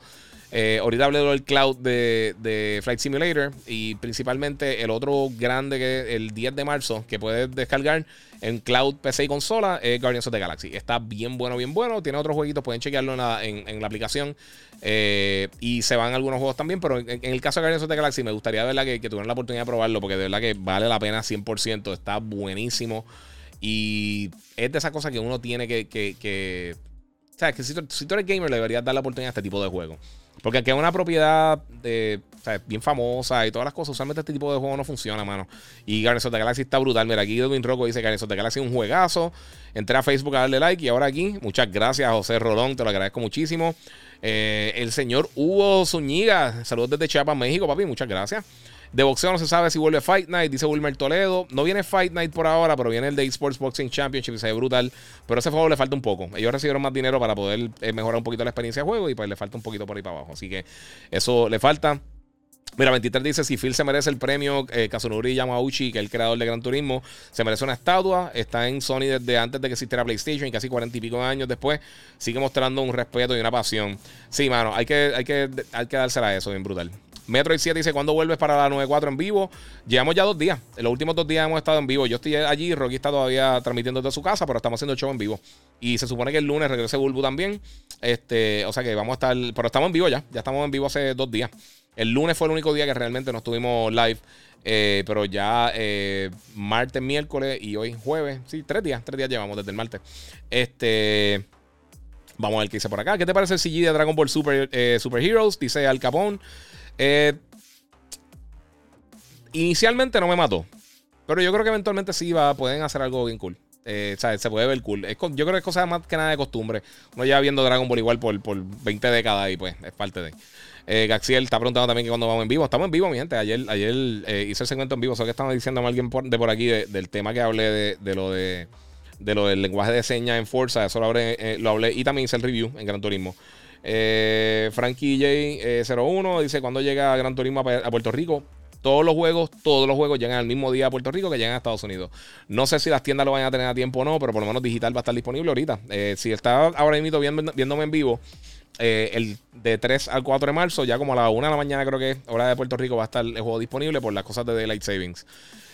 Eh, ahorita hablé del cloud de, de Flight Simulator y principalmente el otro grande que es el diez de marzo que puedes descargar en cloud, P C y consola es Guardians of the Galaxy. Está bien bueno, bien bueno. Tiene otros jueguitos, pueden chequearlo en la, en, en la aplicación. Eh, y se van algunos juegos también, pero en, en el caso de Guardians of the Galaxy me gustaría de verdad que, que tuvieran la oportunidad de probarlo porque de verdad que vale la pena cien por ciento. Está buenísimo. Y es de esas cosas que uno tiene que... que, que o sea, que si tú, si tú eres gamer le deberías dar la oportunidad a este tipo de juegos. Porque aunque es una propiedad de, o sea, bien famosa y todas las cosas, usualmente este tipo de juego no funciona, mano. Y Guardians of the Galaxy está brutal. Mira, aquí Edwin Rocco dice que Guardians of the Galaxy es un juegazo. Entré a Facebook a darle like y ahora aquí. Muchas gracias, José Rolón. Te lo agradezco muchísimo. Eh, el señor Hugo Zúñiga. Saludos desde Chiapas, México, papi. Muchas gracias. De boxeo no se sabe si vuelve Fight Night, dice Wilmer Toledo. No viene Fight Night por ahora, pero viene el de Esports Boxing Championship y se ve brutal. Pero ese juego le falta un poco. Ellos recibieron más dinero para poder eh, mejorar un poquito la experiencia de juego y pues le falta un poquito por ahí para abajo. Así que eso le falta. Mira, veintitrés dice, si Phil se merece el premio eh, Kazunori Yamauchi, que es el creador de Gran Turismo, se merece una estatua. Está en Sony desde antes de que existiera PlayStation y casi cuarenta y pico de años después. Sigue mostrando un respeto y una pasión. Sí, mano, hay que, hay que, hay que dársela a eso, bien brutal. Metroid siete dice, ¿cuándo vuelves para la noventa y cuatro en vivo? Llevamos ya dos días. En los últimos dos días hemos estado en vivo. Yo estoy allí, Rocky está todavía transmitiendo desde su casa, pero estamos haciendo el show en vivo. Y se supone que el lunes regrese Bulbu también. Este, o sea que vamos a estar... Pero estamos en vivo ya. Ya estamos en vivo hace dos días. El lunes fue el único día que realmente no estuvimos live. Eh, pero ya eh, martes, miércoles y hoy jueves. Sí, tres días. Tres días llevamos desde el martes. Este... Vamos a ver qué dice por acá. ¿Qué te parece el C G de Dragon Ball Super, eh, Super Heroes? Dice Al Capone. Eh, inicialmente no me mató, pero yo creo que eventualmente sí va, pueden hacer algo bien cool. Eh, o sea, se puede ver cool. Es, yo creo que es cosa más que nada de costumbre. Uno ya viendo Dragon Ball igual por, por veinte décadas y pues es parte de. Eh, Gaxiel está preguntando también que cuando vamos en vivo. Estamos en vivo, mi gente. Ayer, ayer eh, hice el segmento en vivo. Sé que estaba diciendo a alguien por, de por aquí de, del tema que hablé de, de lo de, de lo del lenguaje de señas en Forza. Eso lo hablé, eh, lo hablé y también hice el review en Gran Turismo. Eh, Frankie J eh, cero uno dice cuando llega Gran Turismo a, a Puerto Rico. Todos los juegos, todos los juegos llegan al mismo día a Puerto Rico que llegan a Estados Unidos. No sé si las tiendas lo van a tener a tiempo o no, pero por lo menos digital va a estar disponible ahorita. Eh, si está ahora mismo viendo, viéndome en vivo, eh, el de tres al cuatro de marzo, ya como a la una de la mañana creo que es hora de Puerto Rico, va a estar el juego disponible por las cosas de Daylight Savings.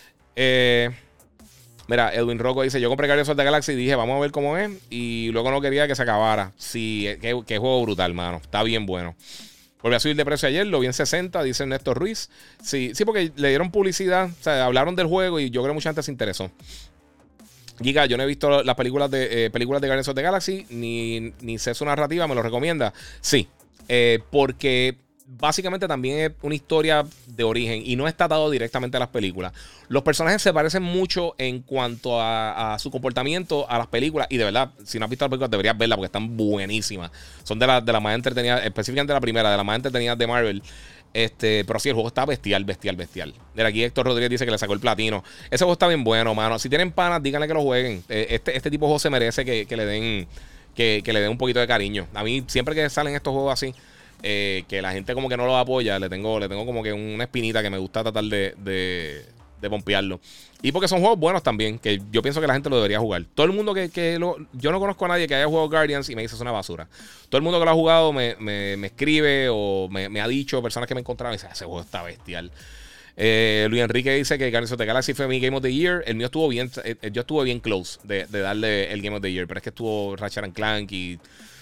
Eh... Mira, Edwin Rocco dice, yo compré Guardians of the Galaxy y dije, vamos a ver cómo es. Y luego no quería que se acabara. Sí, qué, qué juego brutal, mano. Está bien bueno. Volví a subir de precio ayer, lo vi en sesenta, dice Néstor Ruiz. Sí, sí, porque le dieron publicidad, o sea, hablaron del juego y yo creo que mucha gente se interesó. Giga, yo no he visto las películas de, eh, películas de Guardians of the Galaxy, ni, ni sé su narrativa, ¿me lo recomienda? Sí, eh, porque... básicamente también es una historia de origen y no está atado directamente a las películas. Los personajes se parecen mucho en cuanto a, a su comportamiento a las películas. Y de verdad, si no has visto las películas, deberías verlas porque están buenísimas. Son de las de la más entretenidas, específicamente la primera, de las más entretenidas de Marvel. Este, pero sí, el juego está bestial, bestial, bestial. De aquí Héctor Rodríguez dice que le sacó el platino. Ese juego está bien bueno, mano. Si tienen panas, díganle que lo jueguen. Este, este tipo de juego se merece que, que le den que, que le den un poquito de cariño. A mí, siempre que salen estos juegos así, Eh, que la gente como que no lo apoya, le tengo, le tengo como que una espinita que me gusta tratar de, de, de pompearlo. Y porque son juegos buenos también, que yo pienso que la gente lo debería jugar. Todo el mundo que, que lo, yo no conozco a nadie que haya jugado Guardians y me dice es una basura. Todo el mundo que lo ha jugado me, me, me escribe o me, me ha dicho, personas que me encontraron, y dice, ese juego está bestial. Eh, Luis Enrique dice que Guardians of the Galaxy fue mi Game of the Year. El mío estuvo bien, eh, yo estuve bien close de, de darle el Game of the Year, pero es que estuvo Ratchet and Clank y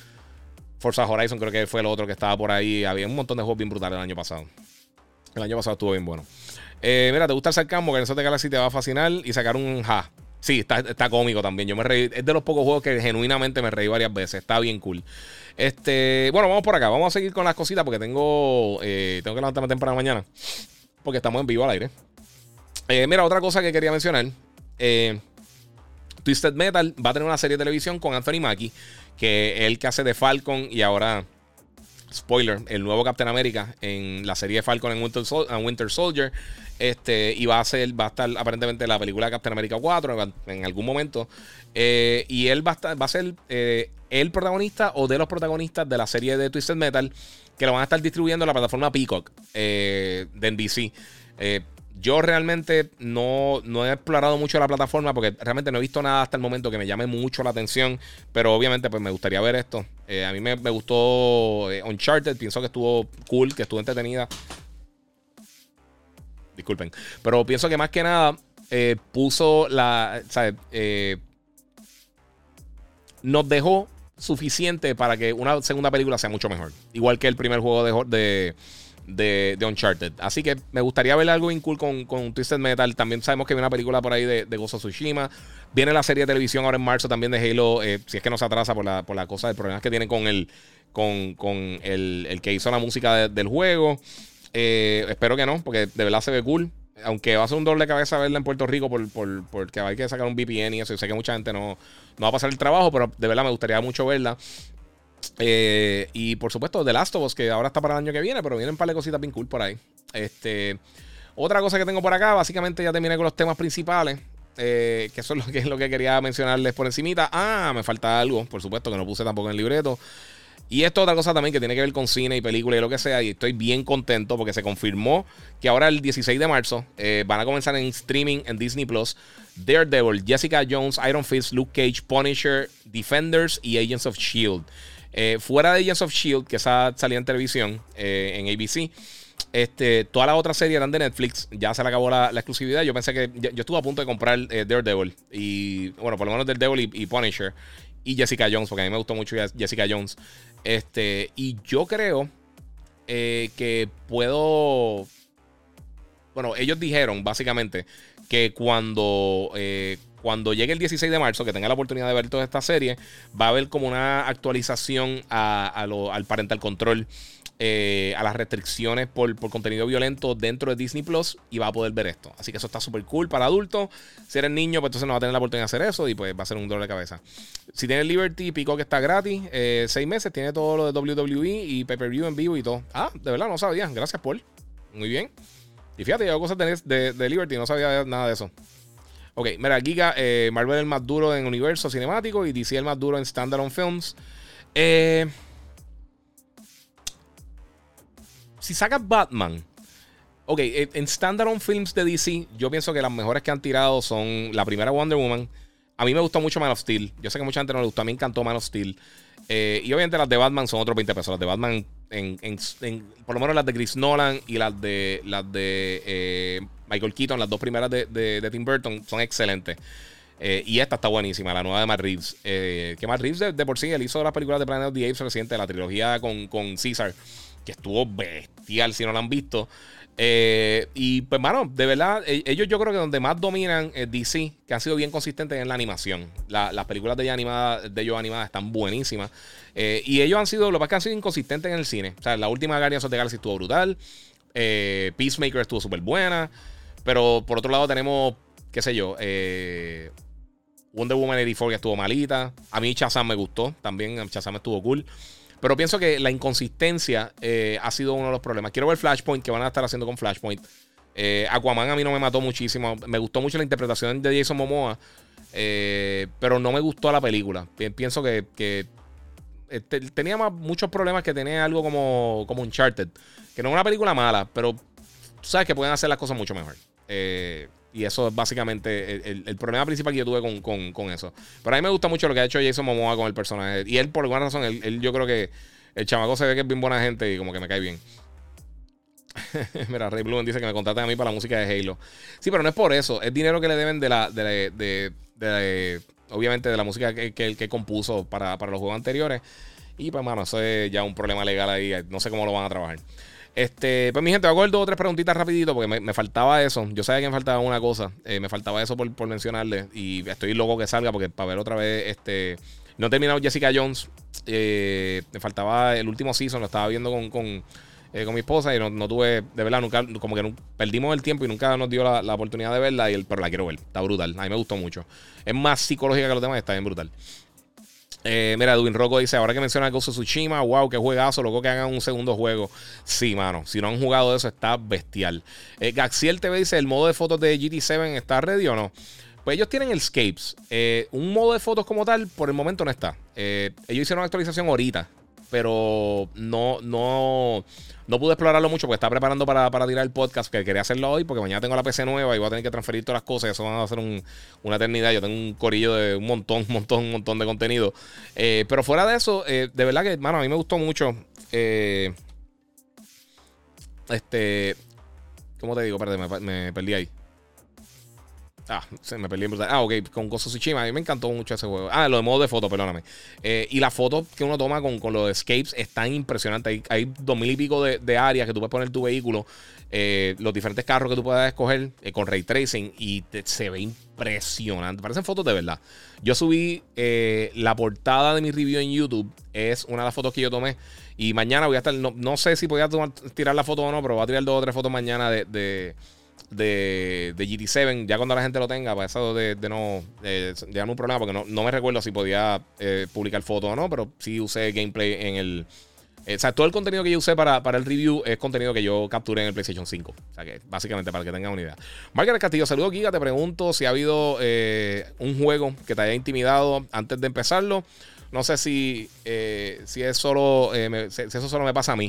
Forza Horizon, creo que fue el otro que estaba por ahí. Había un montón de juegos bien brutales el año pasado. El año pasado estuvo bien bueno. Eh, mira, ¿te gusta el sarcasmo? Que en eso de Galaxy te va a fascinar y sacar un ja. Sí, está, está cómico también. Yo me reí. Es de los pocos juegos que genuinamente me reí varias veces. Está bien cool. Este, bueno, vamos por acá. Vamos a seguir con las cositas porque tengo, eh, tengo que levantarme temprano mañana. Porque estamos en vivo al aire. Eh, mira, otra cosa que quería mencionar. Eh, Twisted Metal va a tener una serie de televisión con Anthony Mackie, que es el que hace de Falcon y ahora, spoiler, el nuevo Captain America en la serie de Falcon en Winter, Sol- en Winter Soldier. Este, y va a ser, va a estar aparentemente la película de Captain America cuatro en algún momento. Eh, y él va a, estar, va a ser eh, el protagonista o de los protagonistas de la serie de Twisted Metal, que lo van a estar distribuyendo en la plataforma Peacock eh, de N B C. Eh, Yo realmente no, no he explorado mucho la plataforma porque realmente no he visto nada hasta el momento que me llame mucho la atención. Pero obviamente pues me gustaría ver esto. Eh, a mí me, me gustó eh, Uncharted. Pienso que estuvo cool, que estuvo entretenida. Disculpen. Pero pienso que más que nada eh, puso la... ¿sabes? Eh, nos dejó suficiente para que una segunda película sea mucho mejor. Igual que el primer juego de... de De, de Uncharted. Así que me gustaría ver algo bien cool con, con Twisted Metal. También sabemos que viene una película por ahí de, de Ghost of Tsushima. Viene la serie de televisión ahora en marzo también de Halo. Eh, si es que no se atrasa por la, por la cosa de problemas que tienen con el con, con el, el que hizo la música de, del juego. Eh, espero que no, porque de verdad se ve cool. Aunque va a ser un doble de cabeza verla en Puerto Rico por, por, porque hay que sacar un V P N y eso. Yo sé que mucha gente no, no va a pasar el trabajo, pero de verdad me gustaría mucho verla. Eh, y por supuesto The Last of Us, que ahora está para el año que viene, pero vienen un par de cositas bien cool por ahí. Este, otra cosa que tengo por acá, básicamente ya terminé con los temas principales, eh, que eso es lo que, es lo que quería mencionarles por encimita. Ah, me falta algo, por supuesto, que no puse tampoco en el libreto. Y esto es otra cosa también que tiene que ver con cine y película y lo que sea. Y estoy bien contento porque se confirmó que ahora el dieciséis de marzo eh, van a comenzar en streaming en Disney Plus Daredevil, Jessica Jones, Iron Fist, Luke Cage, Punisher, Defenders y Agents of S H I E L D. Eh, fuera de Agents of S H I E L D, que esa salía en televisión, eh, en A B C, este, todas las otras series eran de Netflix. Ya se le acabó la, la exclusividad. Yo pensé que yo, yo estuve a punto de comprar eh, Daredevil. Y bueno, por lo menos Daredevil y, y Punisher. Y Jessica Jones, porque a mí me gustó mucho Jessica Jones. Este, y yo creo eh, que puedo... Bueno, ellos dijeron básicamente que cuando... Eh, Cuando llegue el dieciséis de marzo, que tenga la oportunidad de ver toda esta serie, va a haber como una actualización a, a lo, al parental control, eh, a las restricciones por, por contenido violento dentro de Disney Plus, y va a poder ver esto. Así que eso está súper cool para adultos. Si eres niño, pues entonces no va a tener la oportunidad de hacer eso y pues va a ser un dolor de cabeza. Si tienes Liberty, Pico, que está gratis, eh, seis meses, tiene todo lo de W W E y pay-per-view en vivo y todo. Ah, de verdad, no sabía. Gracias, Paul. Muy bien. Y fíjate, yo cosas de, de, de Liberty, no sabía nada de eso. Ok, mira, Giga, eh, Marvel es el más duro en universo cinemático y D C el más duro en standalone films. Eh, si sacas Batman, ok, en standalone films de D C, yo pienso que las mejores que han tirado son la primera Wonder Woman. A mí me gustó mucho Man of Steel. Yo sé que mucha gente no le gustó, a mí me encantó Man of Steel. Eh, y obviamente las de Batman son otros veinte pesos. Las de Batman, en, en, en, por lo menos las de Chris Nolan y las de las de eh, Michael Keaton, las dos primeras de, de, de Tim Burton, son excelentes. Eh, y esta está buenísima, la nueva de Matt Reeves. Eh, que Matt Reeves de, de por sí, él hizo las películas de Planet of the Apes reciente, la trilogía con, con Caesar, que estuvo bestial si no la han visto. Eh, y pues, mano, de verdad, ellos yo creo que donde más dominan es D C, que han sido bien consistentes en la animación. La, las películas de ellos animadas, de ellos animadas están buenísimas. Eh, y ellos han sido, lo más que han sido inconsistentes en el cine. O sea, la última Guardians of the Galaxy estuvo brutal. Eh, Peacemaker estuvo súper buena. Pero por otro lado tenemos, qué sé yo, eh, Wonder Woman ochenta y cuatro que estuvo malita. A mí Shazam me gustó, también Shazam estuvo cool. Pero pienso que la inconsistencia eh, ha sido uno de los problemas. Quiero ver Flashpoint, que van a estar haciendo con Flashpoint. Eh, Aquaman a mí no me mató muchísimo. Me gustó mucho la interpretación de Jason Momoa. Eh, pero no me gustó la película. Pienso que, que este, tenía más, muchos problemas que tenía algo como, como Uncharted. Que no es una película mala, pero tú sabes que pueden hacer las cosas mucho mejor. Eh, y eso es básicamente el, el, el problema principal que yo tuve con, con, con eso. Pero a mí me gusta mucho lo que ha hecho Jason Momoa con el personaje. Y él, por alguna razón, él, él yo creo que el chamaco se ve que es bien buena gente y como que me cae bien. Mira, Ray Bloom dice que me contraten a mí para la música de Halo. Sí, pero no es por eso. Es dinero que le deben de la... De, la, de, de, de obviamente de la música que, que, que compuso para, para los juegos anteriores. Y pues, mano, eso es ya un problema legal ahí. No sé cómo lo van a trabajar. Este, pues mi gente, voy a coger dos o tres preguntitas rapidito porque me, me faltaba eso. Yo sabía que me faltaba una cosa. Eh, me faltaba eso por, por mencionarle. Y estoy loco que salga porque para ver otra vez este... No he terminado Jessica Jones. Eh, me faltaba el último season. Lo estaba viendo con, con, eh, con mi esposa y no, no tuve... De verdad, nunca... Como que no, perdimos el tiempo y nunca nos dio la, la oportunidad de verla. Y el, pero la quiero ver. Está brutal. A mí me gustó mucho. Es más psicológica que los demás. Está bien brutal. Eh, mira, Edwin Rocco dice, ahora que menciona Ghost of Tsushima, wow, qué juegazo, loco que hagan un segundo juego. Sí, mano, si no han jugado eso, está bestial. eh, Gaxiel T V dice, ¿el modo de fotos de G T siete está ready o no? Pues ellos tienen el Scapes. eh, Un modo de fotos como tal, por el momento no está. eh, Ellos hicieron una actualización ahorita, pero no, no, no pude explorarlo mucho porque estaba preparando para, para tirar el podcast, que quería hacerlo hoy porque mañana tengo la P C nueva y voy a tener que transferir todas las cosas. Eso va a ser un, una eternidad. Yo tengo un corillo de un montón, un montón, un montón de contenido. Eh, pero fuera de eso, eh, de verdad que, mano, a mí me gustó mucho. Eh, este, ¿cómo te digo? Espérate, me, me perdí ahí. Ah, se me perdí en brutal. Ah, ok, con Ghost of Tsushima. A mí me encantó mucho ese juego. Ah, lo de modo de foto, perdóname. Eh, y la foto que uno toma con, con los escapes es tan impresionante. Hay, hay dos mil y pico de, de áreas que tú puedes poner tu vehículo. Eh, los diferentes carros que tú puedas escoger eh, con ray tracing. Y te, se ve impresionante. Parecen fotos de verdad. Yo subí eh, la portada de mi review en YouTube. Es una de las fotos que yo tomé. Y mañana voy a estar. No, no sé si podía tomar, tirar la foto o no, pero voy a tirar dos o tres fotos mañana de. de De, de G T siete, ya cuando la gente lo tenga, para eso de, de no de, de darme un problema, porque no, no me recuerdo si podía eh, publicar fotos o no, pero sí usé gameplay en el. Eh, o sea, todo el contenido que yo usé para, para el review es contenido que yo capturé en el PlayStation cinco. O sea, que básicamente para que tengan una idea. Margaret Castillo, saludos, Giga. Te pregunto si ha habido eh, un juego que te haya intimidado antes de empezarlo. No sé si, eh, si es solo. Eh, me, si eso solo me pasa a mí.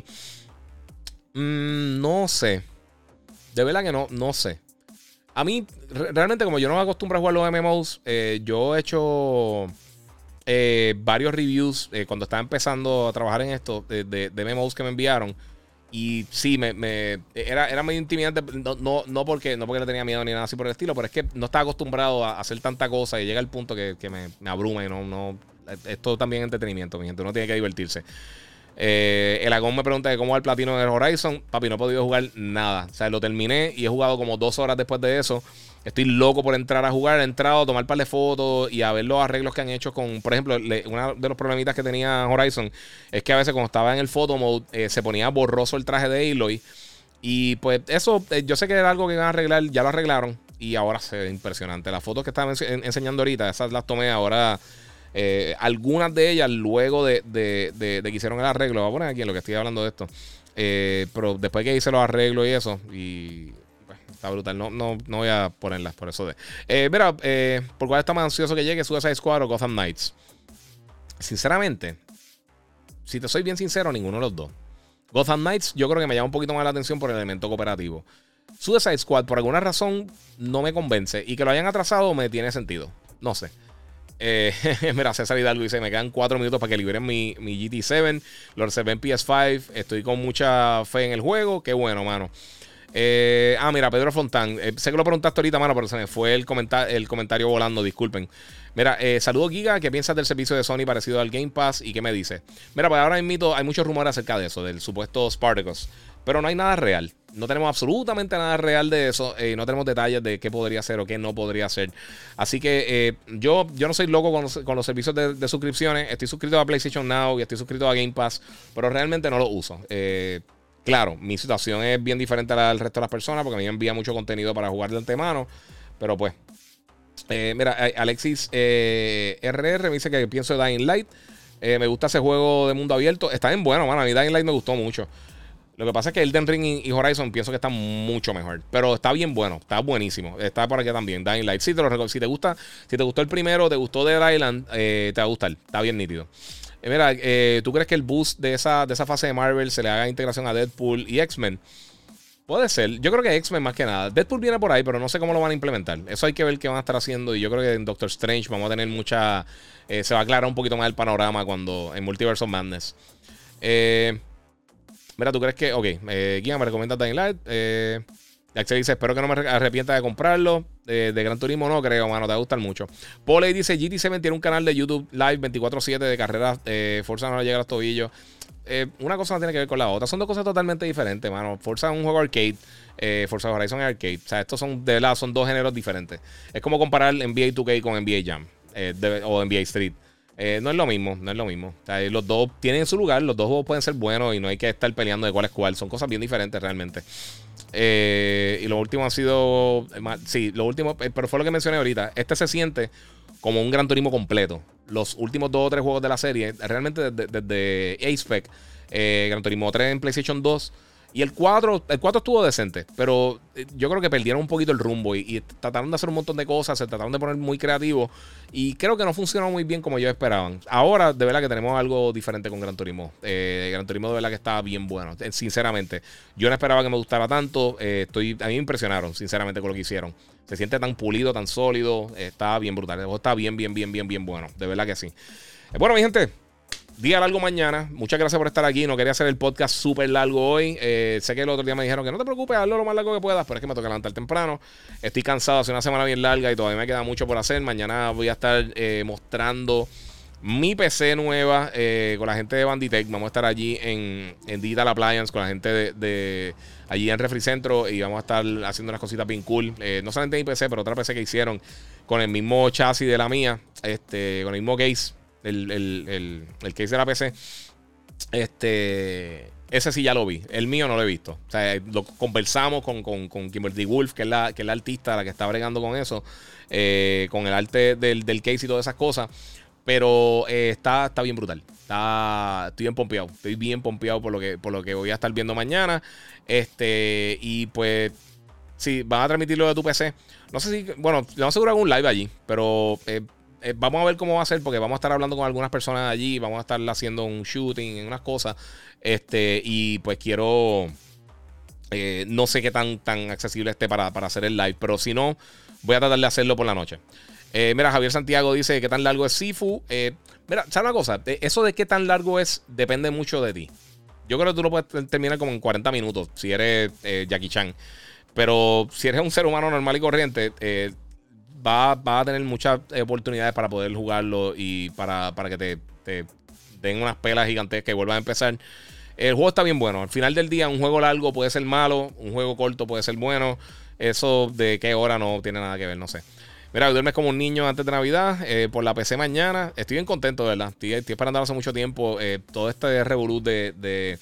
Mm, no sé. De verdad que no, no sé. A mí, re- realmente, como yo no me acostumbro a jugar los M M Os, eh, yo he hecho eh, varios reviews eh, cuando estaba empezando a trabajar en esto de, de, de M M Os que me enviaron. Y sí, me, me era, era medio intimidante. No, no, no, porque, no porque le tenía miedo ni nada así por el estilo, pero es que no estaba acostumbrado a hacer tanta cosa y llega el punto que, que me, me abruma y no, no. Esto también es entretenimiento, mi gente. Uno tiene que divertirse. Eh, el Agón me pregunta de cómo va el platino en el Horizon. Papi, no he podido jugar nada. O sea, lo terminé y he jugado como dos horas después de eso. Estoy loco por entrar a jugar. He entrado a tomar un par de fotos y a ver los arreglos que han hecho con... Por ejemplo, le, uno de los problemitas que tenía Horizon es que a veces cuando estaba en el photo mode eh, se ponía borroso el traje de Aloy. Y pues eso, eh, yo sé que era algo que iban a arreglar. Ya lo arreglaron y ahora se ve impresionante. Las fotos que estaban en, enseñando ahorita, esas las tomé ahora... Eh, algunas de ellas luego de, de, de, de que hicieron el arreglo. Voy a poner aquí en lo que estoy hablando de esto. Eh, pero después que hice los arreglos y eso. Y pues, está brutal. No, no, no voy a ponerlas por eso de. Eh, mira, eh, ¿por cuál está más ansioso que llegue Suicide Squad o Gotham Knights? Sinceramente, si te soy bien sincero, ninguno de los dos. Gotham Knights yo creo que me llama un poquito más la atención por el elemento cooperativo. Suicide Squad por alguna razón no me convence. Y que lo hayan atrasado me tiene sentido. No sé. Eh, mira, César Hidalgo dice: me quedan cuatro minutos para que liberen mi, mi G T siete. Lo reservé en P S cinco. Estoy con mucha fe en el juego. Qué bueno, mano. Eh, ah, mira, Pedro Fontán. Eh, sé que lo preguntaste ahorita, mano, pero se me fue el, comenta el comentario volando. Disculpen. Mira, eh, saludos, Giga. ¿Qué piensas del servicio de Sony parecido al Game Pass? ¿Y qué me dice? Mira, pues ahora mismo hay muchos rumores acerca de eso, del supuesto Spartacus. Pero no hay nada real. No tenemos absolutamente nada real de eso. Eh, no tenemos detalles de qué podría ser o qué no podría ser. Así que eh, yo, yo no soy loco con los, con los servicios de, de suscripciones. Estoy suscrito a PlayStation Now y estoy suscrito a Game Pass. Pero realmente no lo uso. Eh, claro, mi situación es bien diferente a la del resto de las personas porque a mí me envía mucho contenido para jugar de antemano. Pero pues, eh, mira, Alexis eh, R R me dice que pienso de Dying Light. Eh, me gusta ese juego de mundo abierto. Está bien bueno, mano. A mí Dying Light me gustó mucho. Lo que pasa es que Elden Ring y Horizon pienso que están mucho mejor. Pero está bien bueno, está buenísimo. Está por aquí también, Dying Light. Sí, te lo recuerdo. Si te gusta, si te gustó el primero, te gustó Dead Island, eh, te va a gustar. Está bien nítido. Eh, mira, eh, ¿tú crees que el boost de esa, de esa fase de Marvel se le haga integración a Deadpool y X-Men? Puede ser. Yo creo que X-Men más que nada. Deadpool viene por ahí, pero no sé cómo lo van a implementar. Eso hay que ver qué van a estar haciendo. Y yo creo que en Doctor Strange vamos a tener mucha... Eh, se va a aclarar un poquito más el panorama cuando en Multiverse of Madness. Eh... Mira, ¿tú crees que...? Ok, eh, Guía me recomienda Dying Light. Eh, Axel dice, espero que no me arrepienta de comprarlo. Eh, de Gran Turismo no creo, mano, te va a gustar mucho. Poley dice, G T siete tiene un canal de YouTube Live veinticuatro siete de carreras. Eh, Forza no le llega a los tobillos. Eh, una cosa no tiene que ver con la otra. Son dos cosas totalmente diferentes, mano. Forza es un juego arcade. Eh, Forza Horizon es arcade. O sea, estos son, de verdad, son dos géneros diferentes. Es como comparar N B A dos K con N B A Jam. Eh, de, o N B A Street. Eh, no es lo mismo, no es lo mismo. O sea, los dos tienen su lugar, los dos juegos pueden ser buenos y no hay que estar peleando de cuál es cuál. Son cosas bien diferentes realmente. Eh, y lo último ha sido... Sí, lo último, pero fue lo que mencioné ahorita. Este se siente como un Gran Turismo completo. Los últimos dos o tres juegos de la serie, realmente desde, desde A-Spec, eh, Gran Turismo tres en PlayStation dos, Y el cuatro, el cuatro estuvo decente, pero yo creo que perdieron un poquito el rumbo y, y trataron de hacer un montón de cosas, se trataron de poner muy creativos y creo que no funcionó muy bien como ellos esperaban. Ahora, de verdad que tenemos algo diferente con Gran Turismo. Eh, Gran Turismo de verdad que está bien bueno, sinceramente. Yo no esperaba que me gustara tanto, eh, estoy, a mí me impresionaron, sinceramente, con lo que hicieron. Se siente tan pulido, tan sólido, está bien brutal. El juego está bien, bien, bien, bien, bien bueno, de verdad que sí. Eh, bueno, mi gente. Día largo mañana. Muchas gracias por estar aquí. No quería hacer el podcast súper largo hoy. Eh, sé que el otro día me dijeron que no te preocupes, hazlo lo más largo que puedas, pero es que me toca levantar temprano. Estoy cansado, hace una semana bien larga y todavía me queda mucho por hacer. Mañana voy a estar eh, mostrando mi P C nueva eh, con la gente de Banditech. Vamos a estar allí en, en Digital Appliance con la gente de, de allí en Refricentro y vamos a estar haciendo unas cositas bien cool. Eh, no solamente mi P C, pero otra P C que hicieron con el mismo chasis de la mía, este, con el mismo case. El, el, el, el case de la P C. Este. Ese sí ya lo vi. El mío no lo he visto. O sea, lo conversamos con, con, con Kimberly Wolf, que es, la, que es la artista, la que está bregando con eso. Eh, con el arte del, del case y todas esas cosas. Pero eh, está, está bien brutal. Está, estoy bien pompeado. Estoy bien pompeado por lo que, por lo que voy a estar viendo mañana. Este. Y pues. Sí, van a transmitirlo de tu P C. No sé si. Bueno, le vamos a asegurar un live allí. Pero. Eh, Eh, vamos a ver cómo va a ser porque vamos a estar hablando con algunas personas allí, vamos a estar haciendo un shooting, unas cosas, este y pues quiero, eh, no sé qué tan, tan accesible esté para, para hacer el live, pero si no, voy a tratar de hacerlo por la noche. Eh, mira, Javier Santiago dice qué tan largo es Sifu. Eh, mira, ¿sabes una cosa? Eso de qué tan largo es depende mucho de ti. Yo creo que tú lo puedes terminar como en cuarenta minutos si eres eh, Jackie Chan, pero si eres un ser humano normal y corriente, eh, Va, va a tener muchas oportunidades para poder jugarlo y para, para que te, te den unas pelas gigantescas y vuelvan a empezar. El juego está bien bueno. Al final del día, un juego largo puede ser malo, un juego corto puede ser bueno. Eso de qué hora no tiene nada que ver, no sé. Mira, duermes como un niño antes de Navidad, eh, por la P C mañana. Estoy bien contento, de verdad. Estoy, estoy esperando hace mucho tiempo eh, todo este revolú de, de,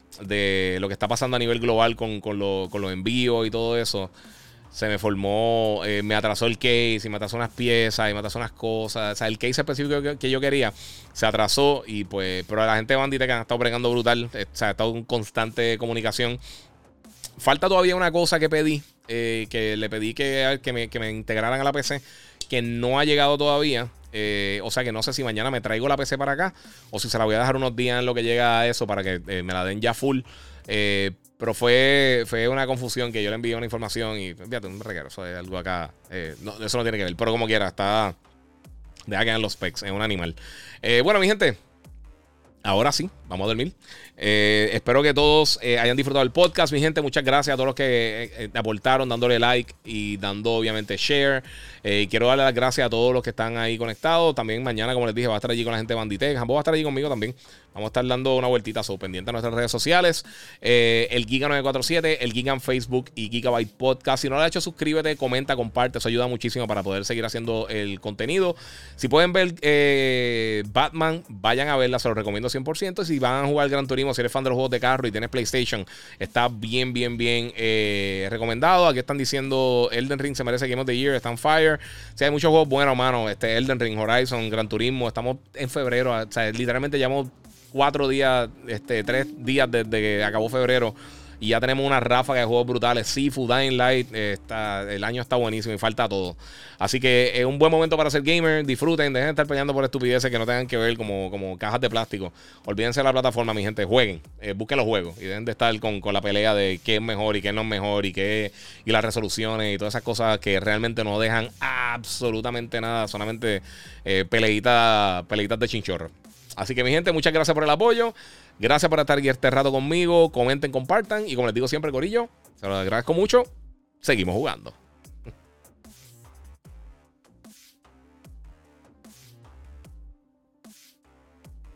de lo que está pasando a nivel global con, con, lo, con los envíos y todo eso. Se me formó, eh, me atrasó el case y me atrasó unas piezas y me atrasó unas cosas. O sea, el case específico que, que yo quería se atrasó y pues, pero la gente de Bandita que han estado bregando brutal, eh, o sea, ha estado en constante comunicación. Falta todavía una cosa que pedí, eh, que le pedí que, que, me, que me integraran a la P C, que no ha llegado todavía. Eh, o sea que no sé si mañana me traigo la P C para acá o si se la voy a dejar unos días en lo que llega a eso para que eh, me la den ya full. Eh, pero fue, fue una confusión que yo le envié una información y fíjate, un reguero, eso es algo acá. Eh, no, eso no tiene que ver, pero como quiera, está. Deja que hagan los specs, es un animal. Eh, bueno, mi gente, ahora sí, vamos a dormir. Eh, espero que todos eh, hayan disfrutado del podcast, mi gente. Muchas gracias a todos los que eh, aportaron, dándole like y dando obviamente share. Eh, quiero darle las gracias a todos los que están ahí conectados. También mañana, como les dije, va a estar allí con la gente de Banditech. Ambos va a estar allí conmigo también. Vamos a estar dando una vueltita, so, pendiente a nuestras redes sociales. Eh, el Giga nueve cuatro siete, el Giga en Facebook y Gigabyte Podcast. Si no lo has hecho, suscríbete, comenta, comparte. Eso ayuda muchísimo para poder seguir haciendo el contenido. Si pueden ver eh, Batman, vayan a verla, se lo recomiendo cien por ciento. Si van a jugar Gran Turismo, si eres fan de los juegos de carro y tienes PlayStation, está bien, bien, bien eh, recomendado. Aquí están diciendo Elden Ring se merece Game of the Year, está on fire. O sea, hay muchos juegos buenos, mano. Este, Elden Ring, Horizon, Gran Turismo. Estamos en febrero. O sea, literalmente llevamos cuatro días, este, tres días desde que acabó febrero. Y ya tenemos una ráfaga de juegos brutales. Sifu, Dying Light. Eh, está, el año está buenísimo y falta todo. Así que es un buen momento para ser gamer. Disfruten, dejen de estar peleando por estupideces que no tengan que ver como, como cajas de plástico. Olvídense de la plataforma, mi gente. Jueguen, eh, busquen los juegos. Y dejen de estar con, con la pelea de qué es mejor y qué no es mejor. Y, qué, y las resoluciones y todas esas cosas que realmente no dejan absolutamente nada. Solamente eh, peleitas, peleitas de chinchorro. Así que mi gente, muchas gracias por el apoyo. Gracias por estar aquí este rato conmigo. Comenten, compartan. Y como les digo siempre, corillo, se los agradezco mucho. Seguimos jugando.